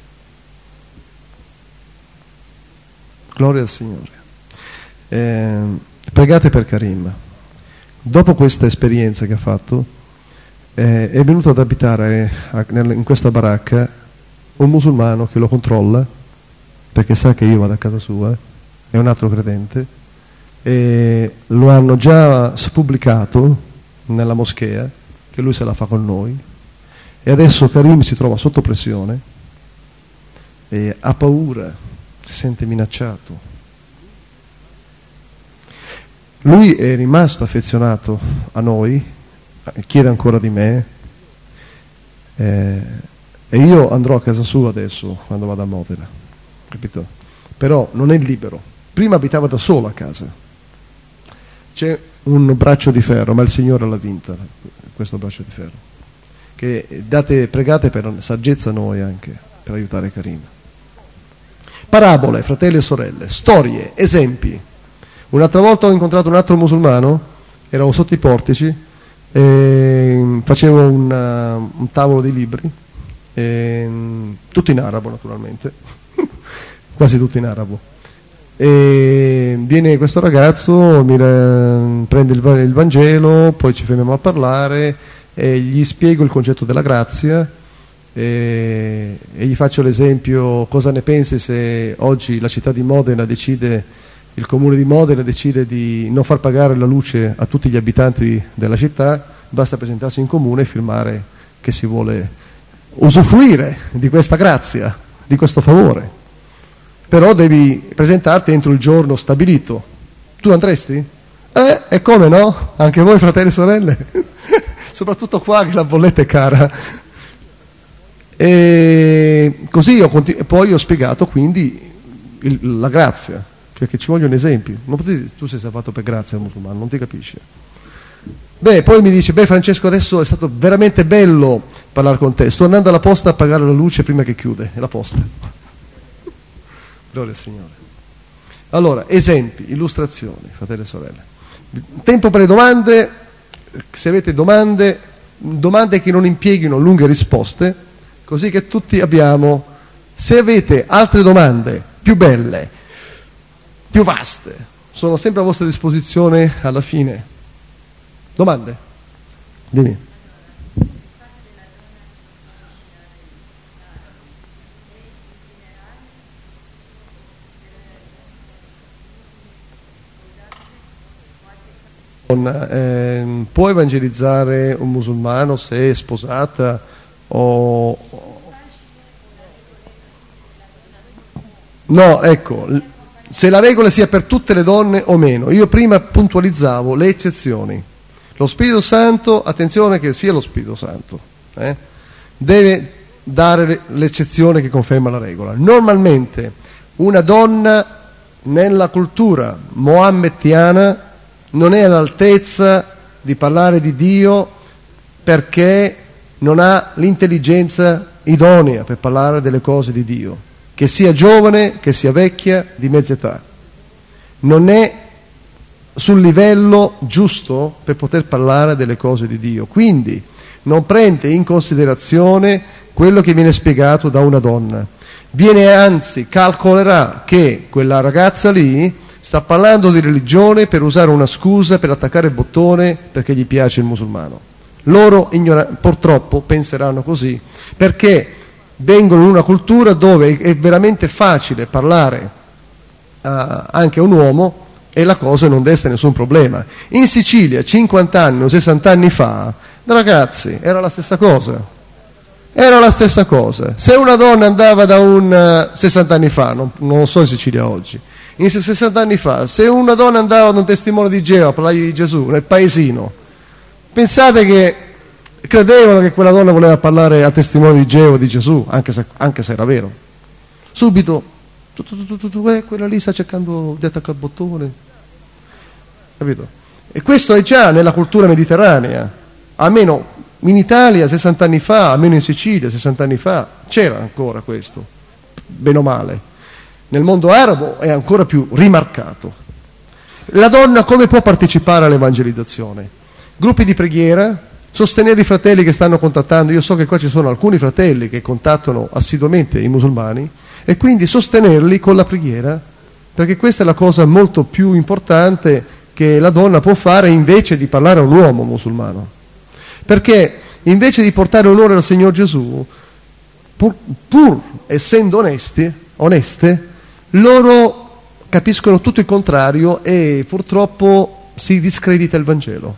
Gloria al Signore. Pregate per Karim. Dopo questa esperienza che ha fatto, è venuto ad abitare in questa baracca un musulmano che lo controlla, perché sa che io vado a casa sua, è un altro credente, e lo hanno già spubblicato nella moschea, che lui se la fa con noi, e adesso Karim si trova sotto pressione, e ha paura, si sente minacciato. Lui è rimasto affezionato a noi, chiede ancora di me, e io andrò a casa sua adesso quando vado a Modena, capito? Però non è libero. Prima abitava da solo a casa, c'è un braccio di ferro, ma il Signore l'ha vinta questo braccio di ferro, che pregate per saggezza a noi anche per aiutare Karim. Parabole, fratelli e sorelle, storie, esempi. Un'altra volta ho incontrato un altro musulmano, eravamo sotto i portici, e facevo un tavolo di libri, tutto in arabo naturalmente, quasi tutto in arabo. E viene questo ragazzo, prende il Vangelo, poi ci fermiamo a parlare e gli spiego il concetto della grazia e gli faccio l'esempio: cosa ne pensi se oggi la città di Modena il comune di Modena decide di non far pagare la luce a tutti gli abitanti della città, basta presentarsi in comune e firmare che si vuole usufruire di questa grazia, di questo favore. Però devi presentarti entro il giorno stabilito. Tu andresti? E come no? Anche voi, fratelli e sorelle? Soprattutto qua che la bolletta è cara. E così poi ho spiegato quindi la grazia, perché ci vogliono esempi. Non potete, tu sei salvato per grazia musulmano, non ti capisce. Poi mi dice: Francesco, adesso è stato veramente bello parlare con te, sto andando alla posta a pagare la luce prima che chiude la posta. Gloria al Signore. Allora, esempi, illustrazioni, fratelli e sorelle. Tempo per le domande. Se avete domande che non impieghino lunghe risposte, così che tutti abbiamo. Se avete altre domande più belle, più vaste, sono sempre a vostra disposizione alla fine. Domande? Dimmi. Può evangelizzare un musulmano se è sposata o... No, ecco, se la regola sia per tutte le donne o meno. Io prima puntualizzavo le eccezioni. Lo Spirito Santo, attenzione che sia lo Spirito Santo, deve dare l'eccezione che conferma la regola. Normalmente una donna nella cultura mohammediana non è all'altezza di parlare di Dio perché non ha l'intelligenza idonea per parlare delle cose di Dio, che sia giovane, che sia vecchia, di mezza età. Non è sul livello giusto per poter parlare delle cose di Dio, quindi non prende in considerazione quello che viene spiegato da una donna. Anzi, calcolerà che quella ragazza lì sta parlando di religione per usare una scusa per attaccare il bottone perché gli piace il musulmano. Loro purtroppo penseranno così perché vengono in una cultura dove è veramente facile parlare anche a un uomo e la cosa non desta nessun problema. In Sicilia 50 anni o 60 anni fa, ragazzi, era la stessa cosa. Era la stessa cosa. Se una donna andava da 60 anni fa, non lo so in Sicilia oggi, in 60 anni fa, se una donna andava da un testimone di Geova a parlare di Gesù nel paesino, pensate che credevano che quella donna voleva parlare al testimone di Geova, di Gesù, anche se era vero. Subito, quella lì sta cercando di attaccare il bottone, capito? E questo è già nella cultura mediterranea, almeno in Italia 60 anni fa, almeno in Sicilia 60 anni fa, c'era ancora questo, bene o male. Nel mondo arabo è ancora più rimarcato. La donna come può partecipare all'evangelizzazione? Gruppi di preghiera, sostenere i fratelli che stanno contattando. Io so che qua ci sono alcuni fratelli che contattano assiduamente i musulmani, e quindi sostenerli con la preghiera, perché questa è la cosa molto più importante che la donna può fare invece di parlare a un uomo musulmano, perché invece di portare onore al Signor Gesù, pur essendo oneste, loro capiscono tutto il contrario e purtroppo si discredita il Vangelo.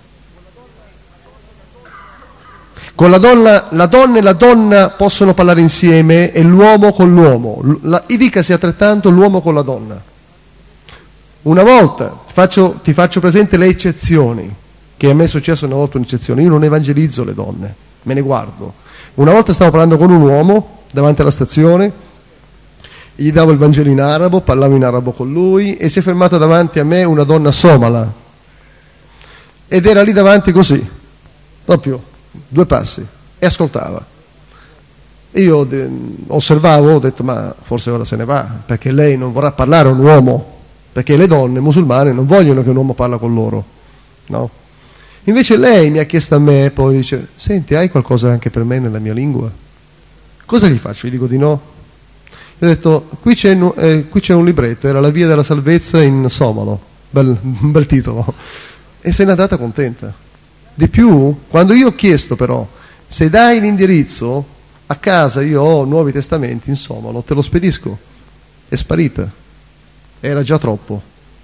Con la donna e la donna possono parlare insieme, e l'uomo con l'uomo, dicasi altrettanto l'uomo con la donna. Una volta ti faccio presente le eccezioni, che a me è successo una volta un'eccezione. Io non evangelizzo le donne, me ne guardo. Una volta stavo parlando con un uomo davanti alla stazione, gli davo il Vangelo in arabo, parlavo in arabo con lui, e si è fermata davanti a me una donna somala, ed era lì davanti così, proprio 2 passi, e ascoltava. Io osservavo, ho detto ma forse ora se ne va, perché lei non vorrà parlare a un uomo, perché le donne musulmane non vogliono che un uomo parla con loro, no? Invece lei mi ha chiesto a me, poi dice: senti, hai qualcosa anche per me nella mia lingua? Cosa gli faccio? Gli dico di no. Gli ho detto: qui c'è un libretto, era La via della salvezza in somalo, un bel titolo, e se n'è andata contenta. Di più, quando io ho chiesto però, se dai l'indirizzo, a casa io ho Nuovi Testamenti in somalo, te lo spedisco, è sparita, era già troppo.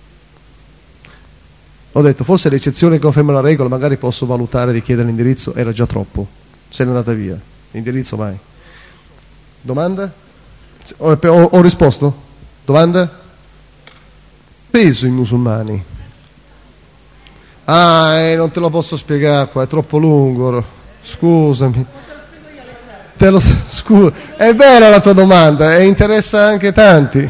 Ho detto, forse l'eccezione conferma la regola, magari posso valutare di chiedere l'indirizzo, era già troppo, se n'è andata via, l'indirizzo mai. Domanda? Ho risposto? Domanda? Peso i musulmani. Non te lo posso spiegare qua, è troppo lungo, scusami. Scusa, è bella la tua domanda e interessa anche tanti.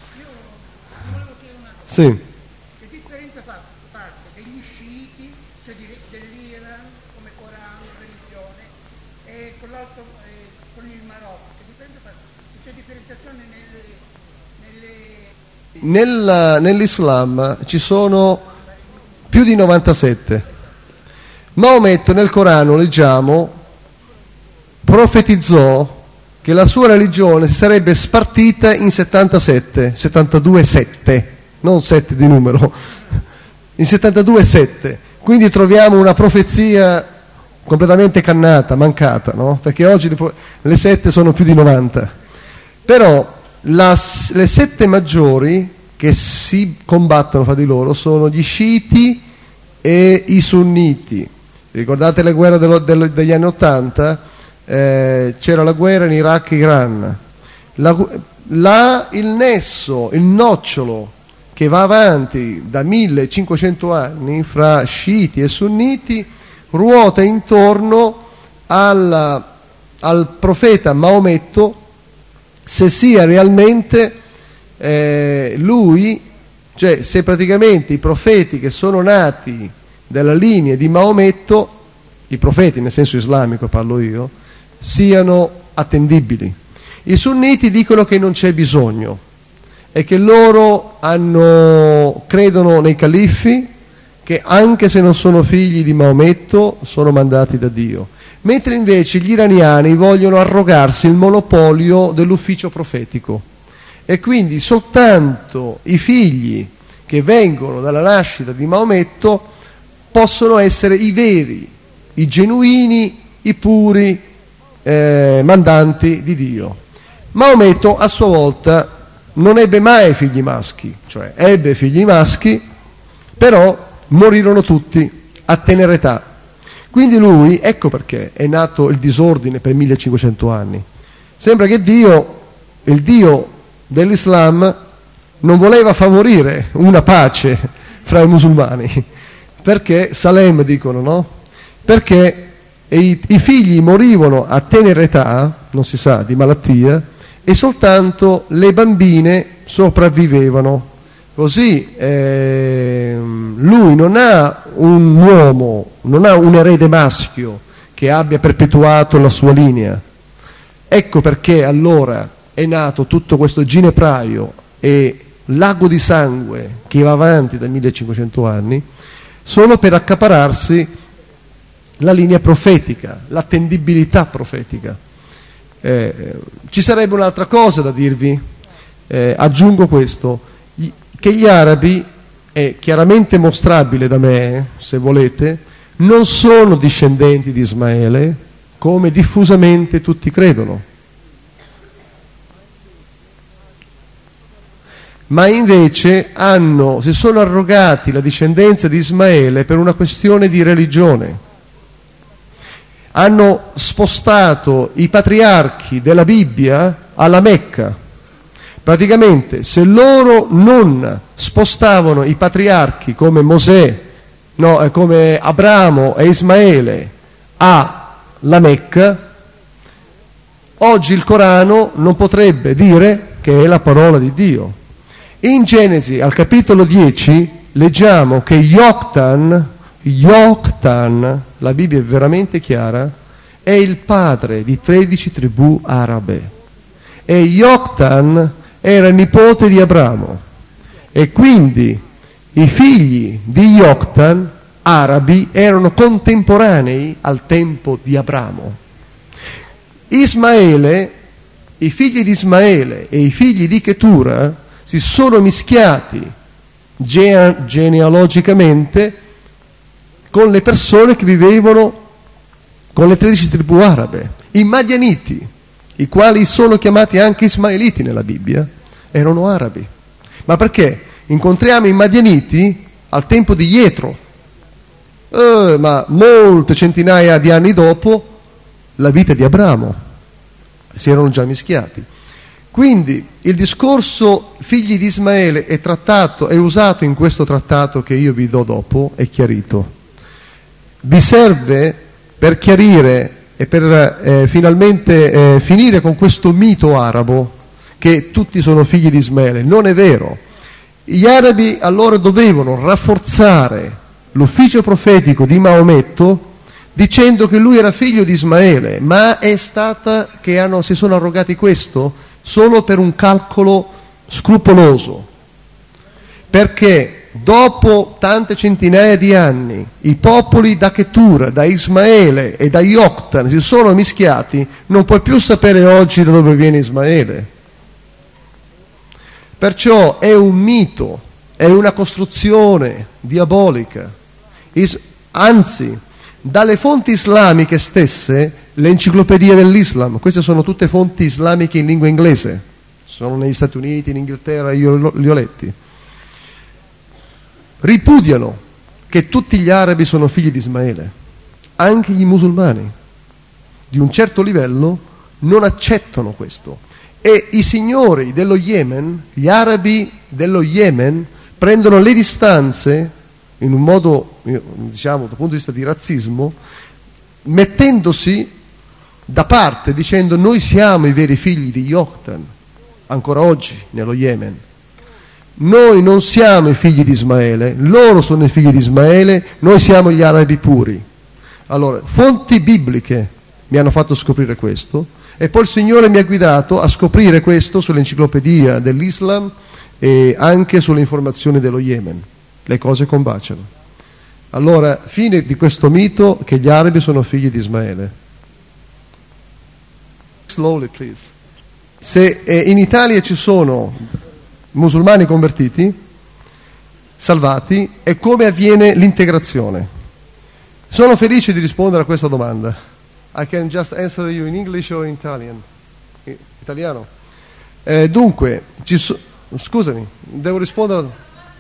Sì. Che differenza fa parte degli sciiti, cioè dell'Iran come Corano, religione, e con l'altro, con il Marocco? Che differenza fa? C'è differenziazione Nell'Islam ci sono più di 97. Maometto nel Corano, leggiamo, profetizzò che la sua religione si sarebbe spartita in 72 sette, non 7 di numero, in 72 sette. Quindi troviamo una profezia completamente cannata, mancata, no? Perché oggi le sette sono più di 90. Però le 7 maggiori che si combattono fra di loro sono gli sciiti e i sunniti. Ricordate le guerre degli anni 80? C'era la guerra in Iraq e Iran. Il nesso, il nocciolo che va avanti da 1500 anni fra sciiti e sunniti ruota intorno al profeta Maometto, se sia realmente lui, cioè se praticamente i profeti che sono nati dalla linea di Maometto, i profeti nel senso islamico parlo io, siano attendibili. I sunniti dicono che non c'è bisogno e che loro credono nei califfi, che anche se non sono figli di Maometto sono mandati da Dio, mentre invece gli iraniani vogliono arrogarsi il monopolio dell'ufficio profetico, e quindi soltanto i figli che vengono dalla nascita di Maometto possono essere i veri, i genuini, i puri mandanti di Dio. Maometto a sua volta non ebbe mai figli maschi, cioè ebbe figli maschi, però morirono tutti a tenera età. Quindi lui, ecco perché è nato il disordine per 1500 anni. Sembra che Dio, il Dio dell'Islam, non voleva favorire una pace fra i musulmani, perché Salem dicono, no? Perché e i figli morivano a tenera età, non si sa, di malattia, e soltanto le bambine sopravvivevano. Così lui non ha un uomo, non ha un erede maschio che abbia perpetuato la sua linea. Ecco perché allora è nato tutto questo ginepraio e lago di sangue che va avanti da 1500 anni, solo per accapararsi la linea profetica, l'attendibilità profetica. Ci sarebbe un'altra cosa da dirvi, aggiungo questo, che gli arabi, è chiaramente mostrabile da me, se volete, non sono discendenti di Ismaele, come diffusamente tutti credono, ma invece si sono arrogati la discendenza di Ismaele per una questione di religione. Hanno spostato i patriarchi della Bibbia alla Mecca. Praticamente, se loro non spostavano i patriarchi come come Abramo e Ismaele alla Mecca, oggi il Corano non potrebbe dire che è la parola di Dio. In Genesi, al capitolo 10, leggiamo che Yoktan, la Bibbia è veramente chiara, è il padre di 13 tribù arabe. E Yoktan era nipote di Abramo. E quindi i figli di Yoktan, arabi, erano contemporanei al tempo di Abramo. Ismaele, i figli di Ismaele e i figli di Ketura si sono mischiati genealogicamente con le persone che vivevano con le 13 tribù arabe. I Madianiti, i quali sono chiamati anche Ismaeliti nella Bibbia, erano arabi. Ma perché? Incontriamo i Madianiti al tempo di Jetro, ma molte centinaia di anni dopo la vita di Abramo. Si erano già mischiati. Quindi il discorso figli di Ismaele è usato in questo trattato che io vi do dopo, è chiarito. Vi serve per chiarire e per finalmente finire con questo mito arabo che tutti sono figli di Ismaele. Non è vero. Gli arabi allora dovevano rafforzare l'ufficio profetico di Maometto dicendo che lui era figlio di Ismaele, ma è stata che si sono arrogati questo solo per un calcolo scrupoloso, perché dopo tante centinaia di anni i popoli da Ketura, da Ismaele e da Yoktan si sono mischiati. Non puoi più sapere oggi da dove viene Ismaele. Perciò è un mito, è una costruzione diabolica. Anzi, dalle fonti islamiche stesse, l'enciclopedia dell'Islam, queste sono tutte fonti islamiche in lingua inglese, sono negli Stati Uniti, in Inghilterra, io li ho letti, ripudiano che tutti gli arabi sono figli di Ismaele. Anche i musulmani di un certo livello non accettano questo. E i signori dello Yemen, gli arabi dello Yemen, prendono le distanze in un modo, diciamo, dal punto di vista di razzismo, mettendosi da parte, dicendo: noi siamo i veri figli di Yoktan, ancora oggi nello Yemen. Noi non siamo i figli di Ismaele, loro sono i figli di Ismaele, noi siamo gli arabi puri. Allora, fonti bibliche mi hanno fatto scoprire questo, e poi il Signore mi ha guidato a scoprire questo sull'enciclopedia dell'Islam e anche sulle informazioni dello Yemen. Le cose combaciano. Allora, fine di questo mito che gli arabi sono figli di Ismaele. Slowly, please. Se in Italia ci sono musulmani convertiti, salvati, e come avviene l'integrazione? Sono felice di rispondere a questa domanda. I can just answer you in English or in Italian. Italiano. Dunque, scusami, devo rispondere.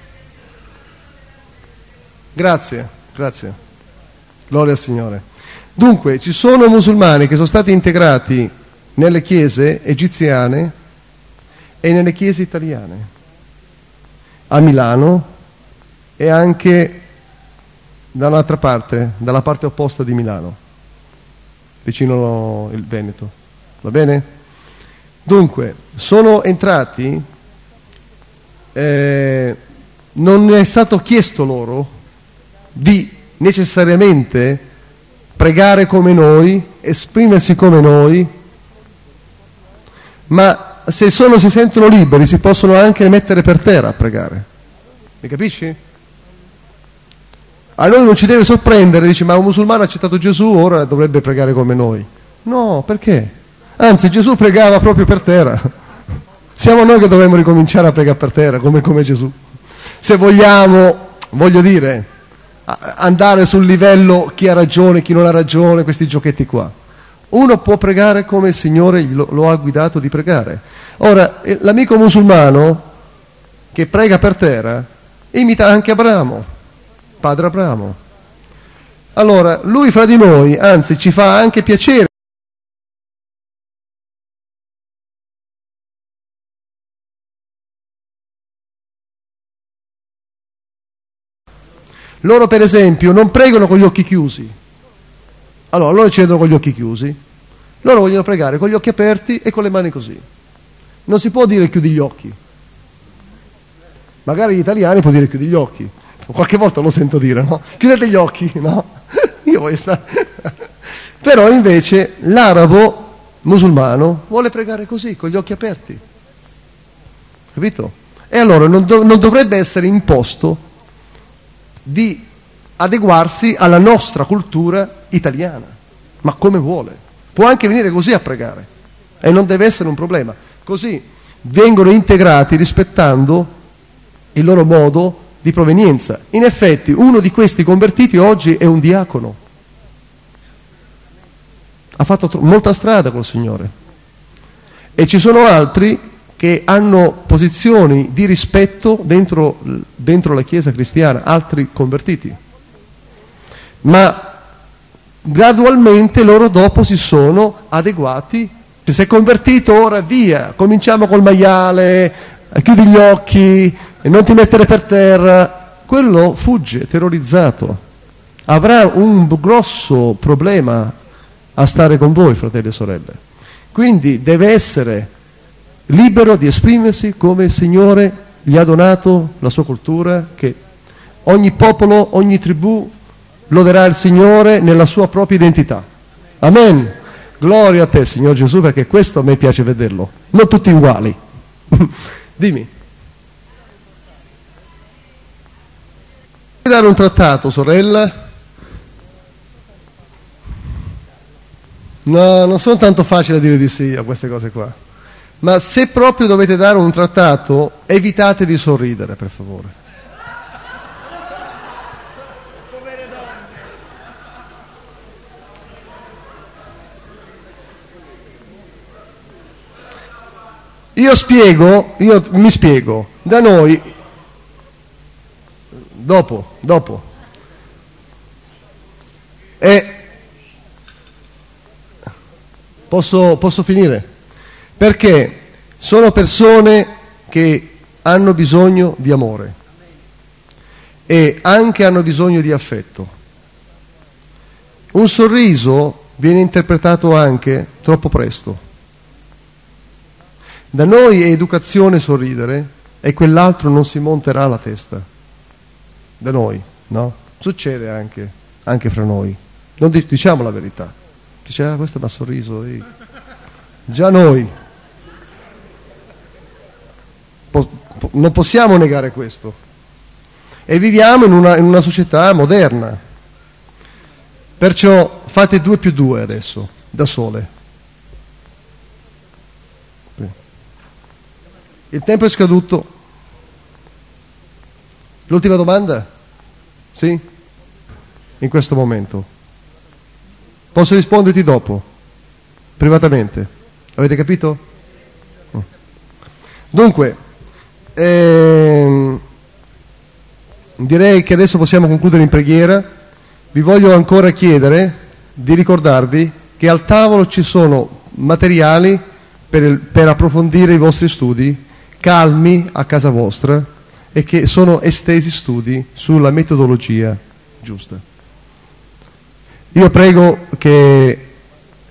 Grazie. Gloria al Signore. Dunque, ci sono musulmani che sono stati integrati nelle chiese egiziane e nelle chiese italiane, a Milano e anche da un'altra parte, dalla parte opposta di Milano. vicino il Veneto. Va bene? Dunque, sono entrati, non è stato chiesto loro di necessariamente pregare come noi, esprimersi come noi, ma se si sentono liberi si possono anche mettere per terra a pregare. Mi capisci? A noi non ci deve sorprendere, dici, ma un musulmano ha accettato Gesù, ora dovrebbe pregare come noi. No, perché? Anzi, Gesù pregava proprio per terra. Siamo noi che dovremmo ricominciare a pregare per terra, come Gesù. Se vogliamo, voglio dire, andare sul livello chi ha ragione, chi non ha ragione, questi giochetti qua. Uno può pregare come il Signore lo ha guidato di pregare. Ora, l'amico musulmano che prega per terra imita anche Abramo, padre Abramo. Allora, lui fra di noi, anzi, ci fa anche piacere. Loro, per esempio, non pregano con gli occhi chiusi. Allora, loro ci vedono con gli occhi chiusi. Loro vogliono pregare con gli occhi aperti e con le mani così. Non si può dire chiudi gli occhi. Magari gli italiani può dire chiudi gli occhi. Qualche volta lo sento dire, no? Chiudete gli occhi, no? Io voglio stare... Però invece l'arabo musulmano vuole pregare così, con gli occhi aperti. Capito? E allora non dovrebbe essere imposto di adeguarsi alla nostra cultura italiana, ma come vuole. Può anche venire così a pregare e non deve essere un problema. Così vengono integrati rispettando il loro modo di provenienza. In effetti uno di questi convertiti oggi è un diacono, ha fatto molta strada col Signore, e ci sono altri che hanno posizioni di rispetto dentro la Chiesa cristiana, altri convertiti, ma gradualmente loro dopo si sono adeguati. Se sei convertito, ora via, cominciamo col maiale, chiudi gli occhi e non ti mettere per terra. Quello fugge, terrorizzato, avrà un grosso problema a stare con voi, fratelli e sorelle. Quindi deve essere libero di esprimersi come il Signore gli ha donato la sua cultura, che ogni popolo, ogni tribù loderà il Signore nella sua propria identità. Amen. Gloria a te, Signor Gesù, perché questo a me piace vederlo. Non tutti uguali. Dimmi. Vuoi dare un trattato, sorella? No, non sono tanto facile a dire di sì a queste cose qua. Ma se proprio dovete dare un trattato, evitate di sorridere, per favore. Io mi spiego. Da noi, dopo. Posso finire? Perché sono persone che hanno bisogno di amore e anche hanno bisogno di affetto. Un sorriso viene interpretato anche troppo presto. Da noi è educazione sorridere e quell'altro non si monterà alla testa. Da noi, no? Succede anche fra noi. Non diciamo la verità. Dice, questo mi ha sorriso. Già noi. Non possiamo negare questo. E viviamo in una società moderna. Perciò fate 2 più 2 adesso, da sole. Il tempo è scaduto. L'ultima domanda? Sì? In questo momento. Posso risponderti dopo? Privatamente. Avete capito? Dunque, direi che adesso possiamo concludere in preghiera. Vi voglio ancora chiedere di ricordarvi che al tavolo ci sono materiali per approfondire i vostri studi, calmi a casa vostra, e che sono estesi studi sulla metodologia giusta. Io prego che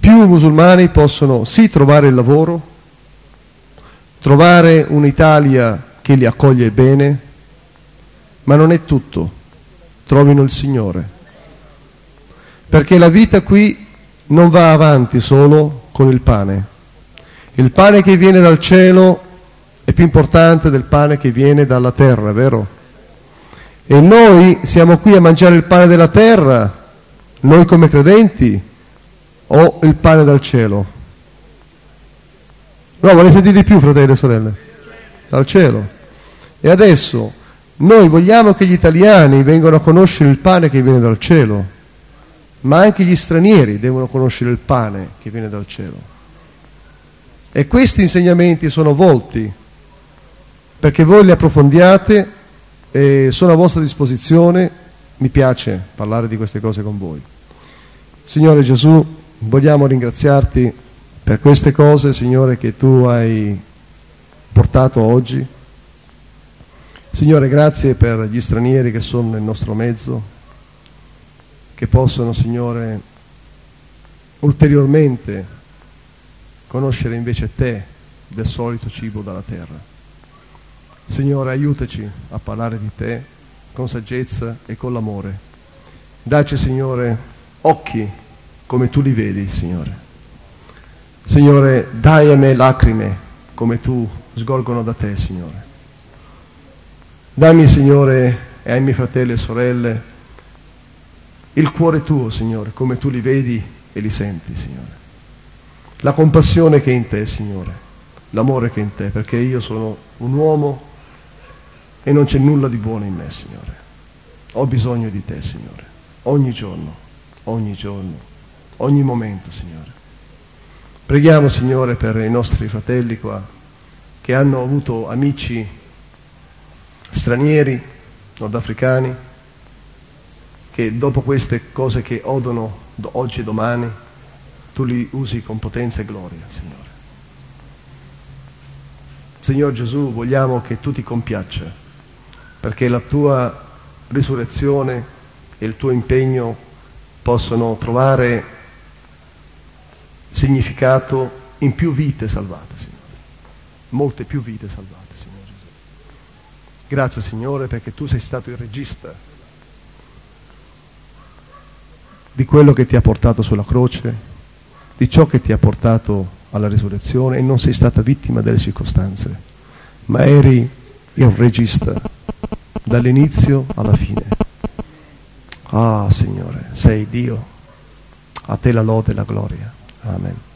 più musulmani possono sì trovare il lavoro, trovare un'Italia che li accoglie bene, ma non è tutto, trovino il Signore. Perché la vita qui non va avanti solo con il pane. Il pane che viene dal cielo è più importante del pane che viene dalla terra, vero? E noi siamo qui a mangiare il pane della terra, noi come credenti, o il pane dal cielo? No, volete dire di più, fratelli e sorelle? Dal cielo. E adesso noi vogliamo che gli italiani vengano a conoscere il pane che viene dal cielo, ma anche gli stranieri devono conoscere il pane che viene dal cielo. E questi insegnamenti sono volti perché voi li approfondiate e sono a vostra disposizione. Mi piace parlare di queste cose con voi. Signore Gesù, vogliamo ringraziarti per queste cose, Signore, che tu hai portato oggi. Signore, grazie per gli stranieri che sono nel nostro mezzo, che possono, Signore, ulteriormente conoscere invece te del solito cibo dalla terra. Signore, aiutaci a parlare di te con saggezza e con l'amore. Dacci, Signore, occhi come tu li vedi, Signore. Signore, dai a me lacrime come tu sgorgono da te, Signore. Dammi, Signore, e ai miei fratelli e sorelle il cuore tuo, Signore, come tu li vedi e li senti, Signore. La compassione che è in te, Signore, l'amore che è in te, perché io sono un uomo e non c'è nulla di buono in me, Signore. Ho bisogno di te, Signore, ogni giorno, ogni momento, Signore. Preghiamo, Signore, per i nostri fratelli qua che hanno avuto amici stranieri, nordafricani, che dopo queste cose che odono oggi e domani, tu li usi con potenza e gloria, Signore. Signor Gesù, vogliamo che tu ti compiaccia, perché la tua risurrezione e il tuo impegno possono trovare significato in più vite salvate, Signore. Molte più vite salvate, Signore Gesù. Grazie, Signore, perché tu sei stato il regista di quello che ti ha portato sulla croce, di ciò che ti ha portato alla risurrezione, e non sei stata vittima delle circostanze, ma eri il regista dall'inizio alla fine. Ah, Signore, sei Dio, a te la lode e la gloria. Amen.